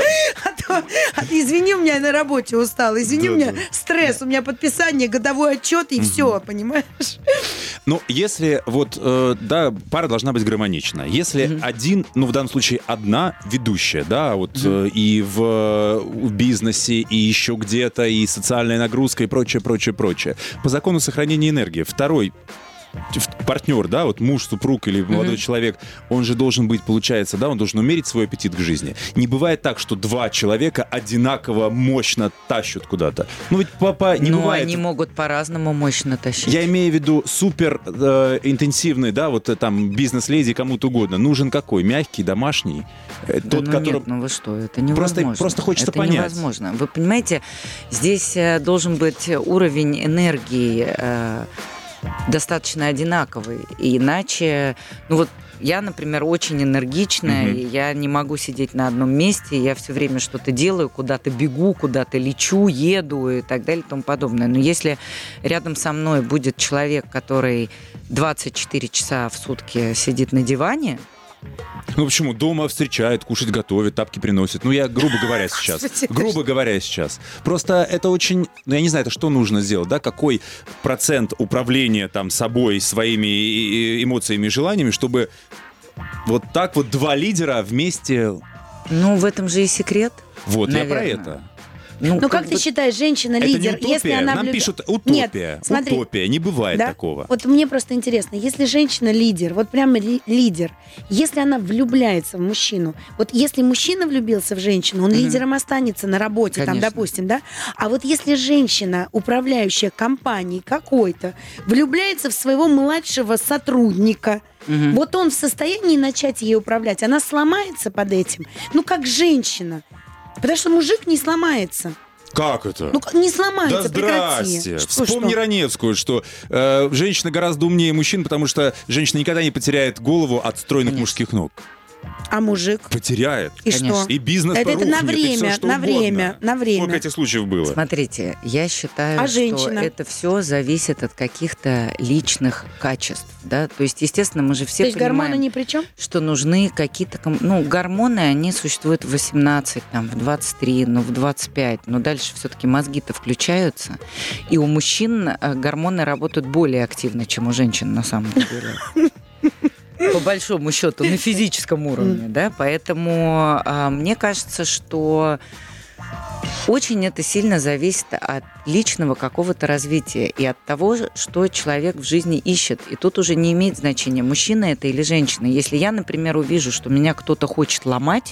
B: то, а, извини, у меня на работе устала, извини, у меня стресс, у меня подписание, годовой отчет и все, понимаешь?
C: Ну, если вот, э, да, пара должна быть гармонична. Если один, ну, в данном случае одна ведущая, да, вот э, и в, в бизнесе, и еще где-то, и социальная нагрузка, и прочее, прочее, прочее. По закону сохранения энергии. Второй партнер, да, вот муж, супруг или молодой mm-hmm. человек, он же должен быть, получается, да, он должен умерить свой аппетит к жизни. Не бывает так, что два человека одинаково мощно тащат куда-то. Ну ведь папа не
G: Ну,
C: бывает.
G: они могут по-разному мощно тащить.
C: Я имею в виду супер э, интенсивный, да, вот э, там бизнес-леди, кому-то угодно. Нужен какой? Мягкий, домашний? Э,
G: Да
C: тот,
G: ну
C: который...
G: нет, ну вы что, это
C: Просто-
G: невозможно.
C: просто хочется
G: это
C: понять.
G: невозможно. Вы понимаете, здесь э, должен быть уровень энергии э, достаточно одинаковый. И иначе, ну вот я, например, очень энергичная,
C: Мгм.
G: и я не могу сидеть на одном месте, я все время что-то делаю, куда-то бегу, куда-то лечу, еду и так далее и тому подобное. Но если рядом со мной будет человек, который двадцать четыре часа в сутки сидит на диване,
C: Ну почему? Дома встречает, кушать готовит, тапки приносит. Ну я грубо говоря сейчас. Грубо говоря сейчас. Просто это очень... Ну я не знаю, это что нужно сделать, да? Какой процент управления там собой, своими эмоциями и желаниями, чтобы вот так вот два лидера вместе...
G: Ну в этом же и секрет.
C: Вот,
G: наверное.
C: я про это.
B: Ну,
G: Ну,
B: как,
G: как
B: ты
G: бы-
B: считаешь, женщина-лидер,
C: Это не утопия.
B: если она
C: Нам
B: влюб-
C: пишут утопия.
B: Нет, смотри.
C: Утопия. Не бывает
B: Да?
C: такого.
B: Вот мне просто интересно, если женщина-лидер, вот прямо ли- лидер, если она влюбляется в мужчину, вот если мужчина влюбился в женщину, он
G: Мгм.
B: лидером останется на работе, там,
G: Конечно.
B: допустим, да? А вот если женщина, управляющая компанией какой-то, влюбляется в своего младшего сотрудника,
G: Мгм.
B: вот он в состоянии начать ей управлять, она сломается под этим. Ну, как женщина. Потому что мужик не сломается.
C: Как это?
B: Ну, как- не сломается,
C: Да
B: прекрати.
C: здрасте.
B: Что,
C: Вспомни
B: что?
C: Раневскую, что э, женщина гораздо умнее мужчин, потому что женщина никогда не потеряет голову от стройных
G: Конечно.
C: мужских ног.
B: А мужик?
C: Потеряет.
B: И
G: Конечно.
B: что?
C: И бизнес
B: Это- это на
C: порухнет, и всё,
B: время,
C: что
B: на
C: угодно.
B: время, на время.
C: Сколько этих случаев было?
G: Смотрите, я считаю,
B: А
G: что
B: женщина?
G: это все зависит от каких-то личных качеств, да. То есть, естественно, мы же все
B: То есть
G: понимаем,
B: гормоны ни при чем?
G: что нужны какие-то, ком- ну, гормоны, они существуют в восемнадцать, там, в двадцать три, ну, в двадцать пять, но дальше все-таки мозги-то включаются, и у мужчин э, гормоны работают более активно, чем у женщин на самом деле. По большому счету, на физическом уровне, да, поэтому а, мне кажется, что очень это сильно зависит от личного какого-то развития и от того, что человек в жизни ищет. И тут уже не имеет значения, мужчина это или женщина. Если я, например, увижу, что меня кто-то хочет ломать,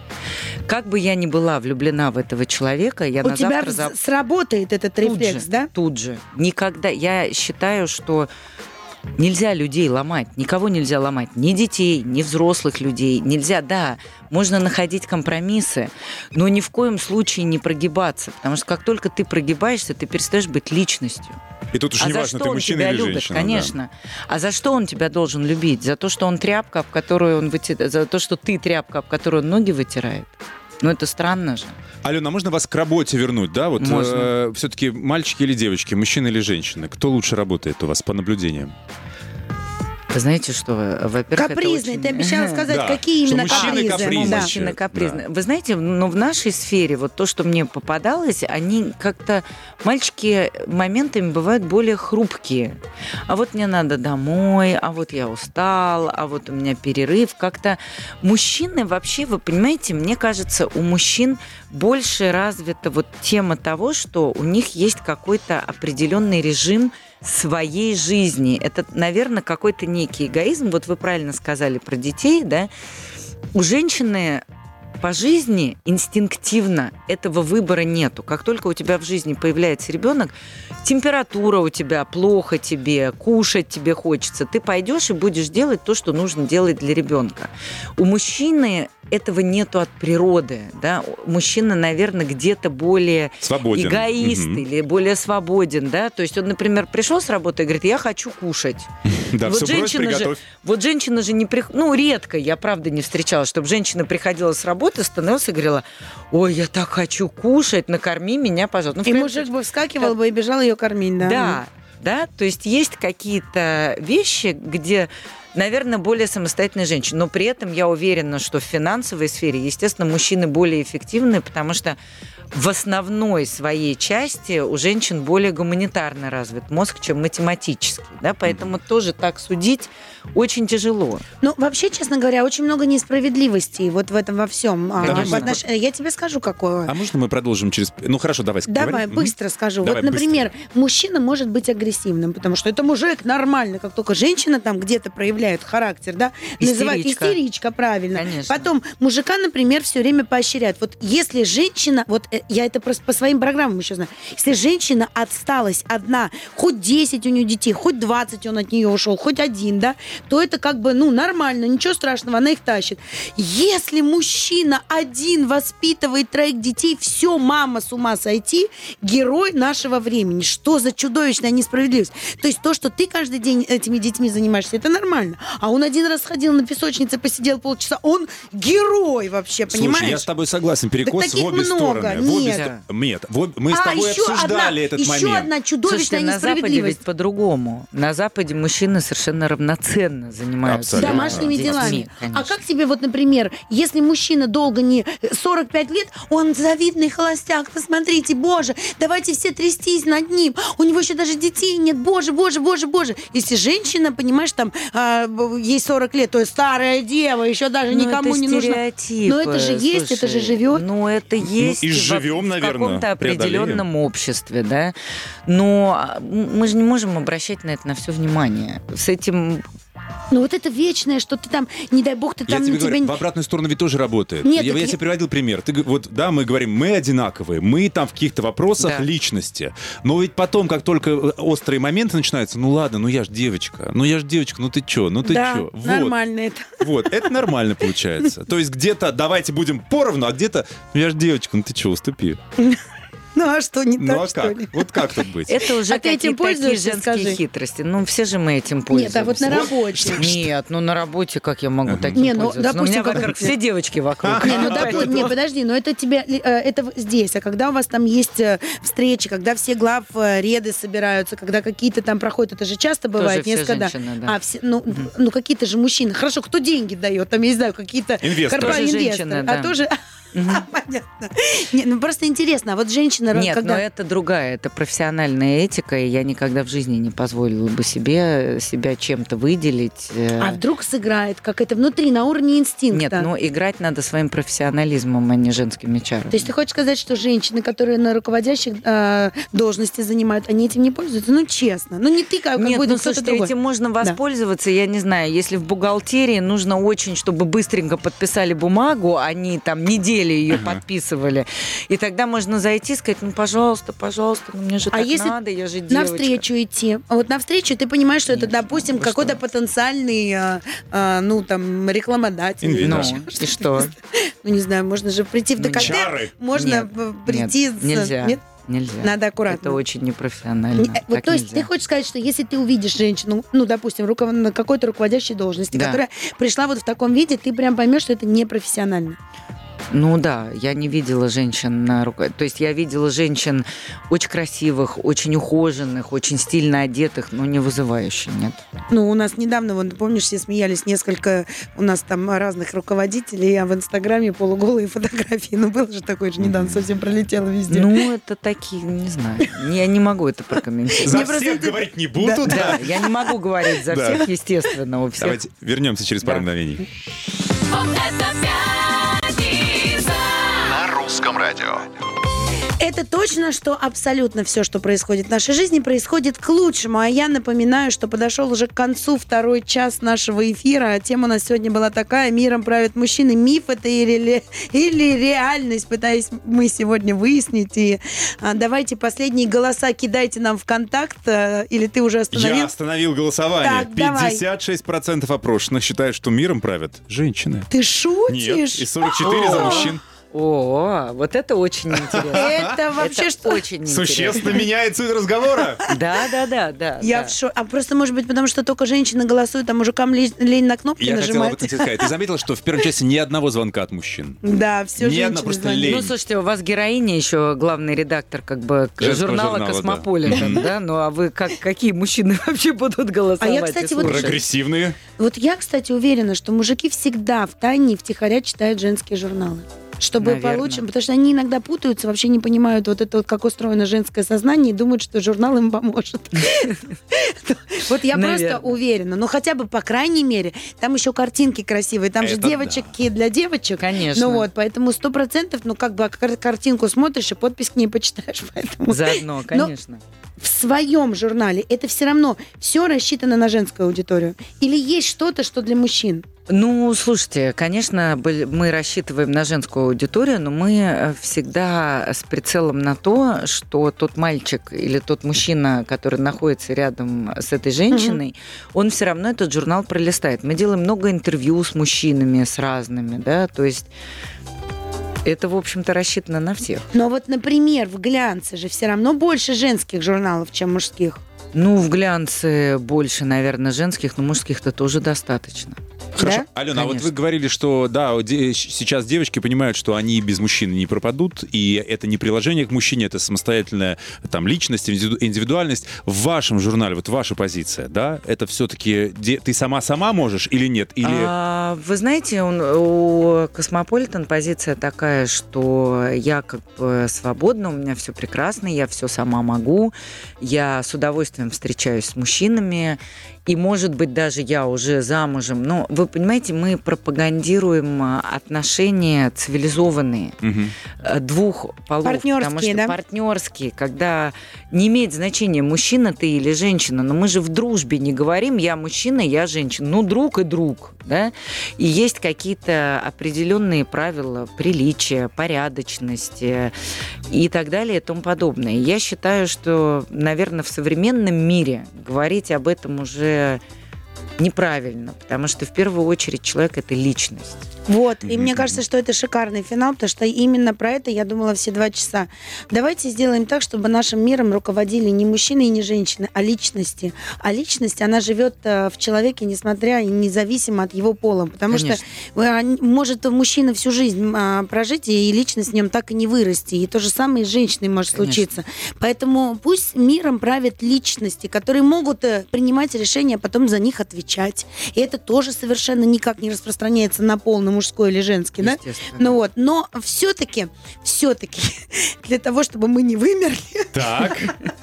G: как бы я ни была влюблена в этого человека, я
B: У
G: на
B: тебя
G: завтра...
B: вз-
G: зап-
B: сработает этот
G: Тут
B: рефлекс,
G: же,
B: да?
G: Тут же. Никогда. Я считаю, что нельзя людей ломать, никого нельзя ломать, ни детей, ни взрослых людей. Нельзя, да, можно находить компромиссы, но ни в коем случае не прогибаться, потому что как только ты прогибаешься, ты перестаешь быть личностью.
C: И тут уж
G: а
C: не
G: за
C: важно,
G: что
C: ты
G: он
C: мужчина
G: тебя
C: или
G: любит?
C: женщина. да.
G: Конечно. А за что он тебя должен любить? За то, что он тряпка, об которую он вытирает, за то, что ты тряпка, об которую он ноги вытирает? Ну, это странно же.
C: Алена, а можно вас к работе вернуть, да? Вот
G: Можно.
C: все-таки мальчики или девочки, мужчины или женщины? Кто лучше работает у вас по наблюдениям?
G: Вы знаете, что, во-первых, это
B: Капризный.
G: очень-
B: Ты обещала сказать,
C: Да,
B: какие
C: что
B: именно
C: мужчины
B: капризы.
C: капризничают.
B: Да.
G: Мужчины капризные.
C: Да.
G: Вы знаете, ну, в нашей сфере вот то, что мне попадалось, они как-то... Мальчики моментами бывают более хрупкие. А вот мне надо домой, а вот я устал, а вот у меня перерыв. Как-то мужчины вообще, вы понимаете, мне кажется, у мужчин больше развита вот тема того, что у них есть какой-то определенный режим своей жизни. Это, наверное, какой-то некий эгоизм. Вот вы правильно сказали про детей, да? У женщины по жизни инстинктивно этого выбора нету. Как только у тебя в жизни появляется ребенок, температура у тебя, плохо тебе, кушать тебе хочется, ты пойдешь и будешь делать то, что нужно делать для ребенка. У мужчины этого нету от природы, да? Мужчина, наверное, где-то более
C: Свободен.
G: эгоист
C: Мгм.
G: или более свободен, да? То есть он, например, пришел с работы и говорит: я хочу кушать.
C: Да,
G: Вот
C: все брось,
G: женщина же-
C: приготовь.
G: Вот женщина же не приходит, ну, редко, я правда не встречала, чтобы женщина приходила с работы, становилась и говорила: ой, я так хочу кушать, накорми меня, пожалуйста. Ну, в
B: И
G: принципе,
B: мужик бы вскакивал бы и бежал ее кормить, да?
G: да, да, то есть есть какие-то вещи, где, наверное, более самостоятельные женщины, но при этом я уверена, что в финансовой сфере, естественно, мужчины более эффективны, потому что в основной своей части у женщин более гуманитарно развит мозг, чем математический, да, поэтому тоже так судить очень тяжело.
B: Ну, вообще, честно говоря, очень много несправедливости вот в этом во всем. А,
G: Конечно.
B: по отнош- Я тебе скажу, какое.
C: А можно мы продолжим через... Ну хорошо, давай.
B: Давай,
C: говори. Мгм.
B: быстро скажу.
C: Давай,
B: вот, например, мужчина может быть агрессивным, потому что это мужик нормально, как только женщина там где-то проявляет характер, да, называют
G: Истеричка.
B: истеричка, правильно.
G: Конечно.
B: Потом мужика, например, все время поощряют. Вот если женщина, вот э, я это просто по своим программам еще знаю, если женщина отсталась одна, хоть десять у нее детей, хоть двадцать он от нее ушел, хоть один, да, то это как бы, ну, нормально, ничего страшного, она их тащит. Если мужчина один воспитывает троих детей, все, мама с ума сойти, герой нашего времени. Что за чудовищная несправедливость? То есть то, что ты каждый день этими детьми занимаешься, это нормально. А он один раз ходил на песочнице, посидел полчаса, он герой вообще, понимаешь?
C: Слушай, я с тобой согласен. Перекос
B: Так таких
C: в обе
B: много.
C: стороны. В в
B: Нет.
C: обе ст- Нет, в обе- мы с
B: А,
C: тобой
B: еще
C: обсуждали
B: одна,
C: этот
B: еще
C: момент.
B: одна чудовищная
G: Слушайте, на Западе
B: несправедливость.
G: ведь по-другому. На Западе мужчины совершенно равноценно занимаются
C: Абсолютно.
B: Домашними
G: детьми,
B: делами.
G: конечно.
B: А как тебе, вот, например, если мужчина долго не сорок пять лет, он завидный холостяк, посмотрите, боже, давайте все трястись над ним, у него еще даже детей нет, боже, боже, боже, боже. Если женщина, понимаешь, там, а, ей сорок лет, то есть старая дева, еще даже
G: Ну,
B: никому
G: это
B: не нужна.
G: стереотипы,
B: Но это же есть, это же
G: слушай.
B: живет.
G: Ну, это есть
C: и
G: в-
C: живем,
G: в
C: наверное,
G: каком-то
C: преодолеем.
G: определенном обществе, да. Но а, м- мы же не можем обращать на это на все внимание. С этим
B: Ну вот это вечное, что ты там, не дай бог, ты
C: Я
B: там
C: тебе
B: на тебя...
C: говорю,
B: не-
C: в обратную сторону ведь тоже работает.
B: Нет,
C: я,
B: так
C: я
B: я-
C: тебе приводил пример. Ты, г- вот, да, мы говорим, мы одинаковые, мы там в каких-то вопросах
G: Да.
C: личности. Но ведь потом, как только э, острые моменты начинаются, ну ладно, ну я ж девочка, ну я ж девочка, ну ты чё, ну ты
B: Да,
C: чё. Вот.
B: нормально это.
C: Вот, это нормально получается. То есть где-то давайте будем поровну, а где-то, ну я ж девочка, ну ты чё, уступи.
B: Ну а что, не
C: Ну
B: так,
C: а
B: что
C: как?
B: ли?
C: Вот как тут быть?
G: это уже
B: А ты этим
G: какие-то такие
B: пользуешься,
G: женские
B: скажи?
G: хитрости. Ну, все же мы этим пользуемся.
B: Нет, а вот на работе.
G: Нет, ну на работе как я могу
C: Ага.
G: таким
B: Не, ну,
G: пользоваться? Ну, у
B: допустим,
G: меня,
B: как-
G: во-первых, все девочки вокруг.
B: Не, ну допу-
G: Поэтому-
B: не, подожди, но это тебе э, это в- здесь, а когда у вас там есть э, встречи, когда все глав э, реды собираются, когда какие-то там проходят, это же часто бывает,
G: все
B: несколько, да.
G: женщины, да.
B: А все, ну, ну какие-то же мужчины. Хорошо, кто деньги дает? Там я не знаю, какие-то
C: Инвесторы.
B: корпора-
G: Тоже
B: инвесторы.
G: женщины,
B: А
G: да.
B: тоже. А, понятно. Не, ну просто интересно, а вот женщина,
G: Нет,
B: когда.
G: но это другая, это профессиональная этика, и я никогда в жизни не позволила бы себе себя чем-то выделить. э.
B: А вдруг сыграет, как это внутри, на уровне инстинкта?
G: Нет, ну играть надо своим профессионализмом, а не женскими чарами.
B: То есть ты хочешь сказать, что женщины, которые на руководящих э, должности занимают, они этим не пользуются? Ну, честно. Ну, не ты, как, как
G: Нет,
B: будет
G: ну
B: кто-то
G: слушайте,
B: другой.
G: этим можно воспользоваться, я не знаю, если в бухгалтерии нужно очень, чтобы быстренько подписали бумагу, они там недели ее
C: Ага.
G: подписывали, и тогда можно зайти и сказать, ну, пожалуйста, пожалуйста, ну, мне же
B: А
G: так
B: если
G: надо, я же девочка.
B: Навстречу идти. А вот навстречу ты понимаешь, что это,
G: Конечно.
B: допустим,
G: Вы
B: какой-то
G: что?
B: потенциальный, а, а, ну, там, рекламодатель.
C: Инвестор.
G: Ну,
B: Еще
G: и что?
B: Ну, не знаю, можно же прийти в
G: Ну,
B: ДКТ,
C: чары.
B: можно
G: Нет,
B: э, прийти
G: Нет,
B: с...
G: нельзя.
B: Нет?
G: Нельзя.
B: Надо аккуратно.
G: Это очень непрофессионально.
B: Не, э, Вот,
G: Так
B: то есть
G: нельзя.
B: ты хочешь сказать, что если ты увидишь женщину, ну, допустим, руков- на какой-то руководящей должности,
G: Да.
B: которая пришла вот в таком виде, ты прям поймешь, что это непрофессионально.
G: Ну да, я не видела женщин на руках. То есть я видела женщин очень красивых, очень ухоженных, очень стильно одетых, но не вызывающих, нет.
B: Ну, у нас недавно, вот, помнишь, все смеялись, несколько у нас там разных руководителей, а в Инстаграме полуголые фотографии. Ну, было же такое же недавно, совсем пролетело везде.
G: Ну, это такие, не знаю. Я не могу это прокомментировать.
C: За
B: Мне просто
C: всех
B: это-
C: говорить не буду.
G: Да, я не могу говорить за
C: Да.
G: всех, естественно, у всех.
C: Давайте вернемся через пару
G: Да.
C: мгновений.
D: Вот это пятница.
A: На русском радио.
B: Это точно, что абсолютно все, что происходит в нашей жизни, происходит к лучшему. А я напоминаю, что подошел уже к концу второй час нашего эфира. Тема у нас сегодня была такая: миром правят мужчины. Миф это или, или реальность, пытаясь мы сегодня выяснить. И а, давайте последние голоса кидайте нам в контакт. А, или ты уже остановил?
C: Я остановил голосование.
B: Так, давай.
C: пятьдесят шесть процентов опрошенных считают, что миром правят женщины.
B: Ты
C: Нет,
B: шутишь?
C: и сорок четыре процента за
G: О.
C: мужчин.
G: О, вот это очень интересно.
B: Это вообще
G: Это
B: что?
G: очень интересно.
C: Существенно меняет суть разговора.
G: Да, да, да, да.
B: Я
G: да.
B: в шоке. А просто, может быть, потому что только женщины голосуют, а мужикам лень, лень на кнопки
C: Я хотел об
B: нажимать.
C: этом тебе сказать. Ты заметила, что в первом части ни одного звонка от мужчин?
B: Да, все
C: Ни одна
B: женщины
C: просто
B: звонят.
C: лень.
G: Ну, слушайте, у вас героиня еще главный редактор как бы к-
C: Женского
G: журнала
C: журнала,
G: «Космополитен», да. Ну, а вы как, какие мужчины вообще будут голосовать?
B: А я, кстати,
G: и
B: вот-
G: слушать?
C: Прогрессивные.
B: Вот я, кстати, уверена, что мужики всегда в тайне и втихаря читают женские журналы. Чтобы
G: Наверно.
B: получше, потому что они иногда путаются, вообще не понимают вот это вот, как устроено женское сознание, и думают, что журнал им поможет. Вот я просто
G: Наверно.
B: уверена. Ну, хотя бы, по крайней мере, там еще картинки красивые. Там же
C: Это
B: девочки для девочек.
G: Конечно.
B: Ну вот, поэтому сто процентов, ну, как бы кар- картинку смотришь и подпись к ней почитаешь. Поэтому
G: Заодно, конечно.
B: в своем журнале это все равно все рассчитано на женскую аудиторию. Или есть что-то, что для мужчин?
G: Ну, слушайте, конечно, были- мы рассчитываем на женскую аудиторию, но мы э, всегда с прицелом на то, что тот мальчик или тот мужчина, который находится рядом с этой женщиной, он все равно этот журнал пролистает. Мы делаем много интервью с мужчинами, с разными, да, то есть это, в общем-то, рассчитано на всех.
B: Но вот, например, в глянце же все равно больше женских журналов, чем мужских.
G: Ну, в глянце больше, наверное, женских, но мужских-то тоже достаточно.
C: Хорошо.
B: Да?
C: Алена, а вот
G: Конечно.
C: вы говорили, что да, де- сейчас девочки понимают, что они без мужчины не пропадут, и это не приложение к мужчине, это самостоятельная там личность, индивиду- индивидуальность. В вашем журнале, вот ваша позиция, да, это все-таки де- ты сама-сама можешь или нет? Или...
G: А, вы знаете, он- у Космополитен позиция такая, что я как бы свободна, у меня все прекрасно, я все сама могу, я с удовольствием встречаюсь с мужчинами, и, может быть, даже я уже замужем. Но, вы понимаете, мы пропагандируем а, отношения цивилизованные,
C: Мгм.
G: э, двух полов.
B: Партнерские,
G: потому что
B: да?
G: партнерские, когда не имеет значения, мужчина ты или женщина, но мы же в дружбе не говорим «я мужчина, я женщина». Ну, друг и друг, да? И есть какие-то определенные правила приличия, порядочности и так далее и тому подобное. Я считаю, что, наверное, в современном мире говорить об этом уже неправильно, потому что в первую очередь человек – это личность.
B: Вот, и
C: Мгм,
B: мне
C: мгм.
B: кажется, что это шикарный финал, потому что именно про это я думала все два часа. Давайте сделаем так, чтобы нашим миром руководили не мужчины и не женщины, а личности. А личность, она живет э, в человеке, несмотря и независимо от его пола. Потому
G: Конечно.
B: что э, они- может мужчина всю жизнь а, прожить, и личность в нем так и не вырасти. И то же самое и с женщиной может
G: Конечно.
B: случиться. Поэтому пусть миром правят личности, которые могут э, принимать решения, а потом за них отвечать. И это тоже совершенно никак не распространяется на пол, на мужской или женский, да?
G: Естественно.
B: Ну вот, но все-таки, все-таки для того, чтобы мы не вымерли,
C: Так.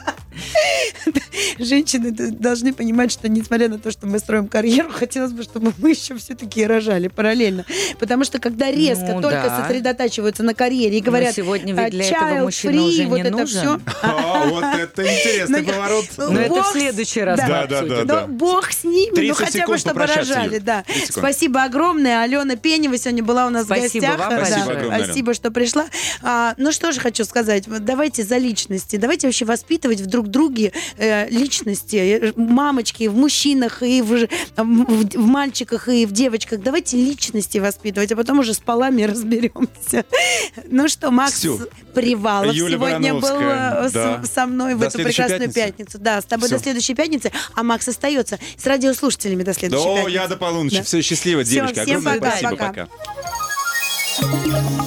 B: женщины д- должны понимать, что несмотря на то, что мы строим карьеру, хотелось бы, чтобы мы еще все-таки рожали параллельно. Потому что когда резко
G: Ну,
B: только
G: да.
B: сосредотачиваются на карьере и
G: Но
B: говорят,
G: сегодня
B: а,
G: ведь для этого
B: child
G: мужчина
B: free,
G: уже
B: вот
G: не
B: это
G: нужен.
B: все.
C: А, вот это интересный
B: Ну, я-
C: поворот.
B: Ну,
G: Но это
B: Бог
G: в
B: с-
G: следующий раз
B: да.
G: мы
C: Да, да,
G: обсудим.
C: да,
B: Но
C: да.
B: бог с ними, ну
C: тридцать
B: хотя бы,
C: секунд
B: чтобы
C: попрощаться,
B: рожали,
C: Юль.
B: да.
C: тридцать секунд.
B: Спасибо огромное. Алена Пенева сегодня была у нас
G: Спасибо
B: в гостях.
G: вам
B: Да,
G: большое.
C: Спасибо огромное,
B: Спасибо, что пришла. А, ну что же хочу сказать. Вот давайте за личности. Давайте вообще воспитывать в друг друге э, личности. Э, Мамочки в мужчинах, и в, ж- в- в мальчиках, и в девочках. Давайте личности воспитывать, а потом уже с полами разберемся. Ну что, Макс
C: Всё.
B: Привалов
C: Юля
B: сегодня был
C: Барановская,
B: э, с-
C: да.
B: со мной в
C: До
B: эту
C: следующей
B: прекрасную
C: пятницы.
B: пятницу. Да, с тобой
C: Всё.
B: до следующей пятницы, а Макс остается с радиослушателями до следующей
C: Да,
B: пятницы.
C: я до полуночи.
B: Да.
C: Все, счастливо,
B: Всё,
C: девочки.
B: всем
C: Огромное
B: пока,
C: спасибо.
B: пока.
C: Пока.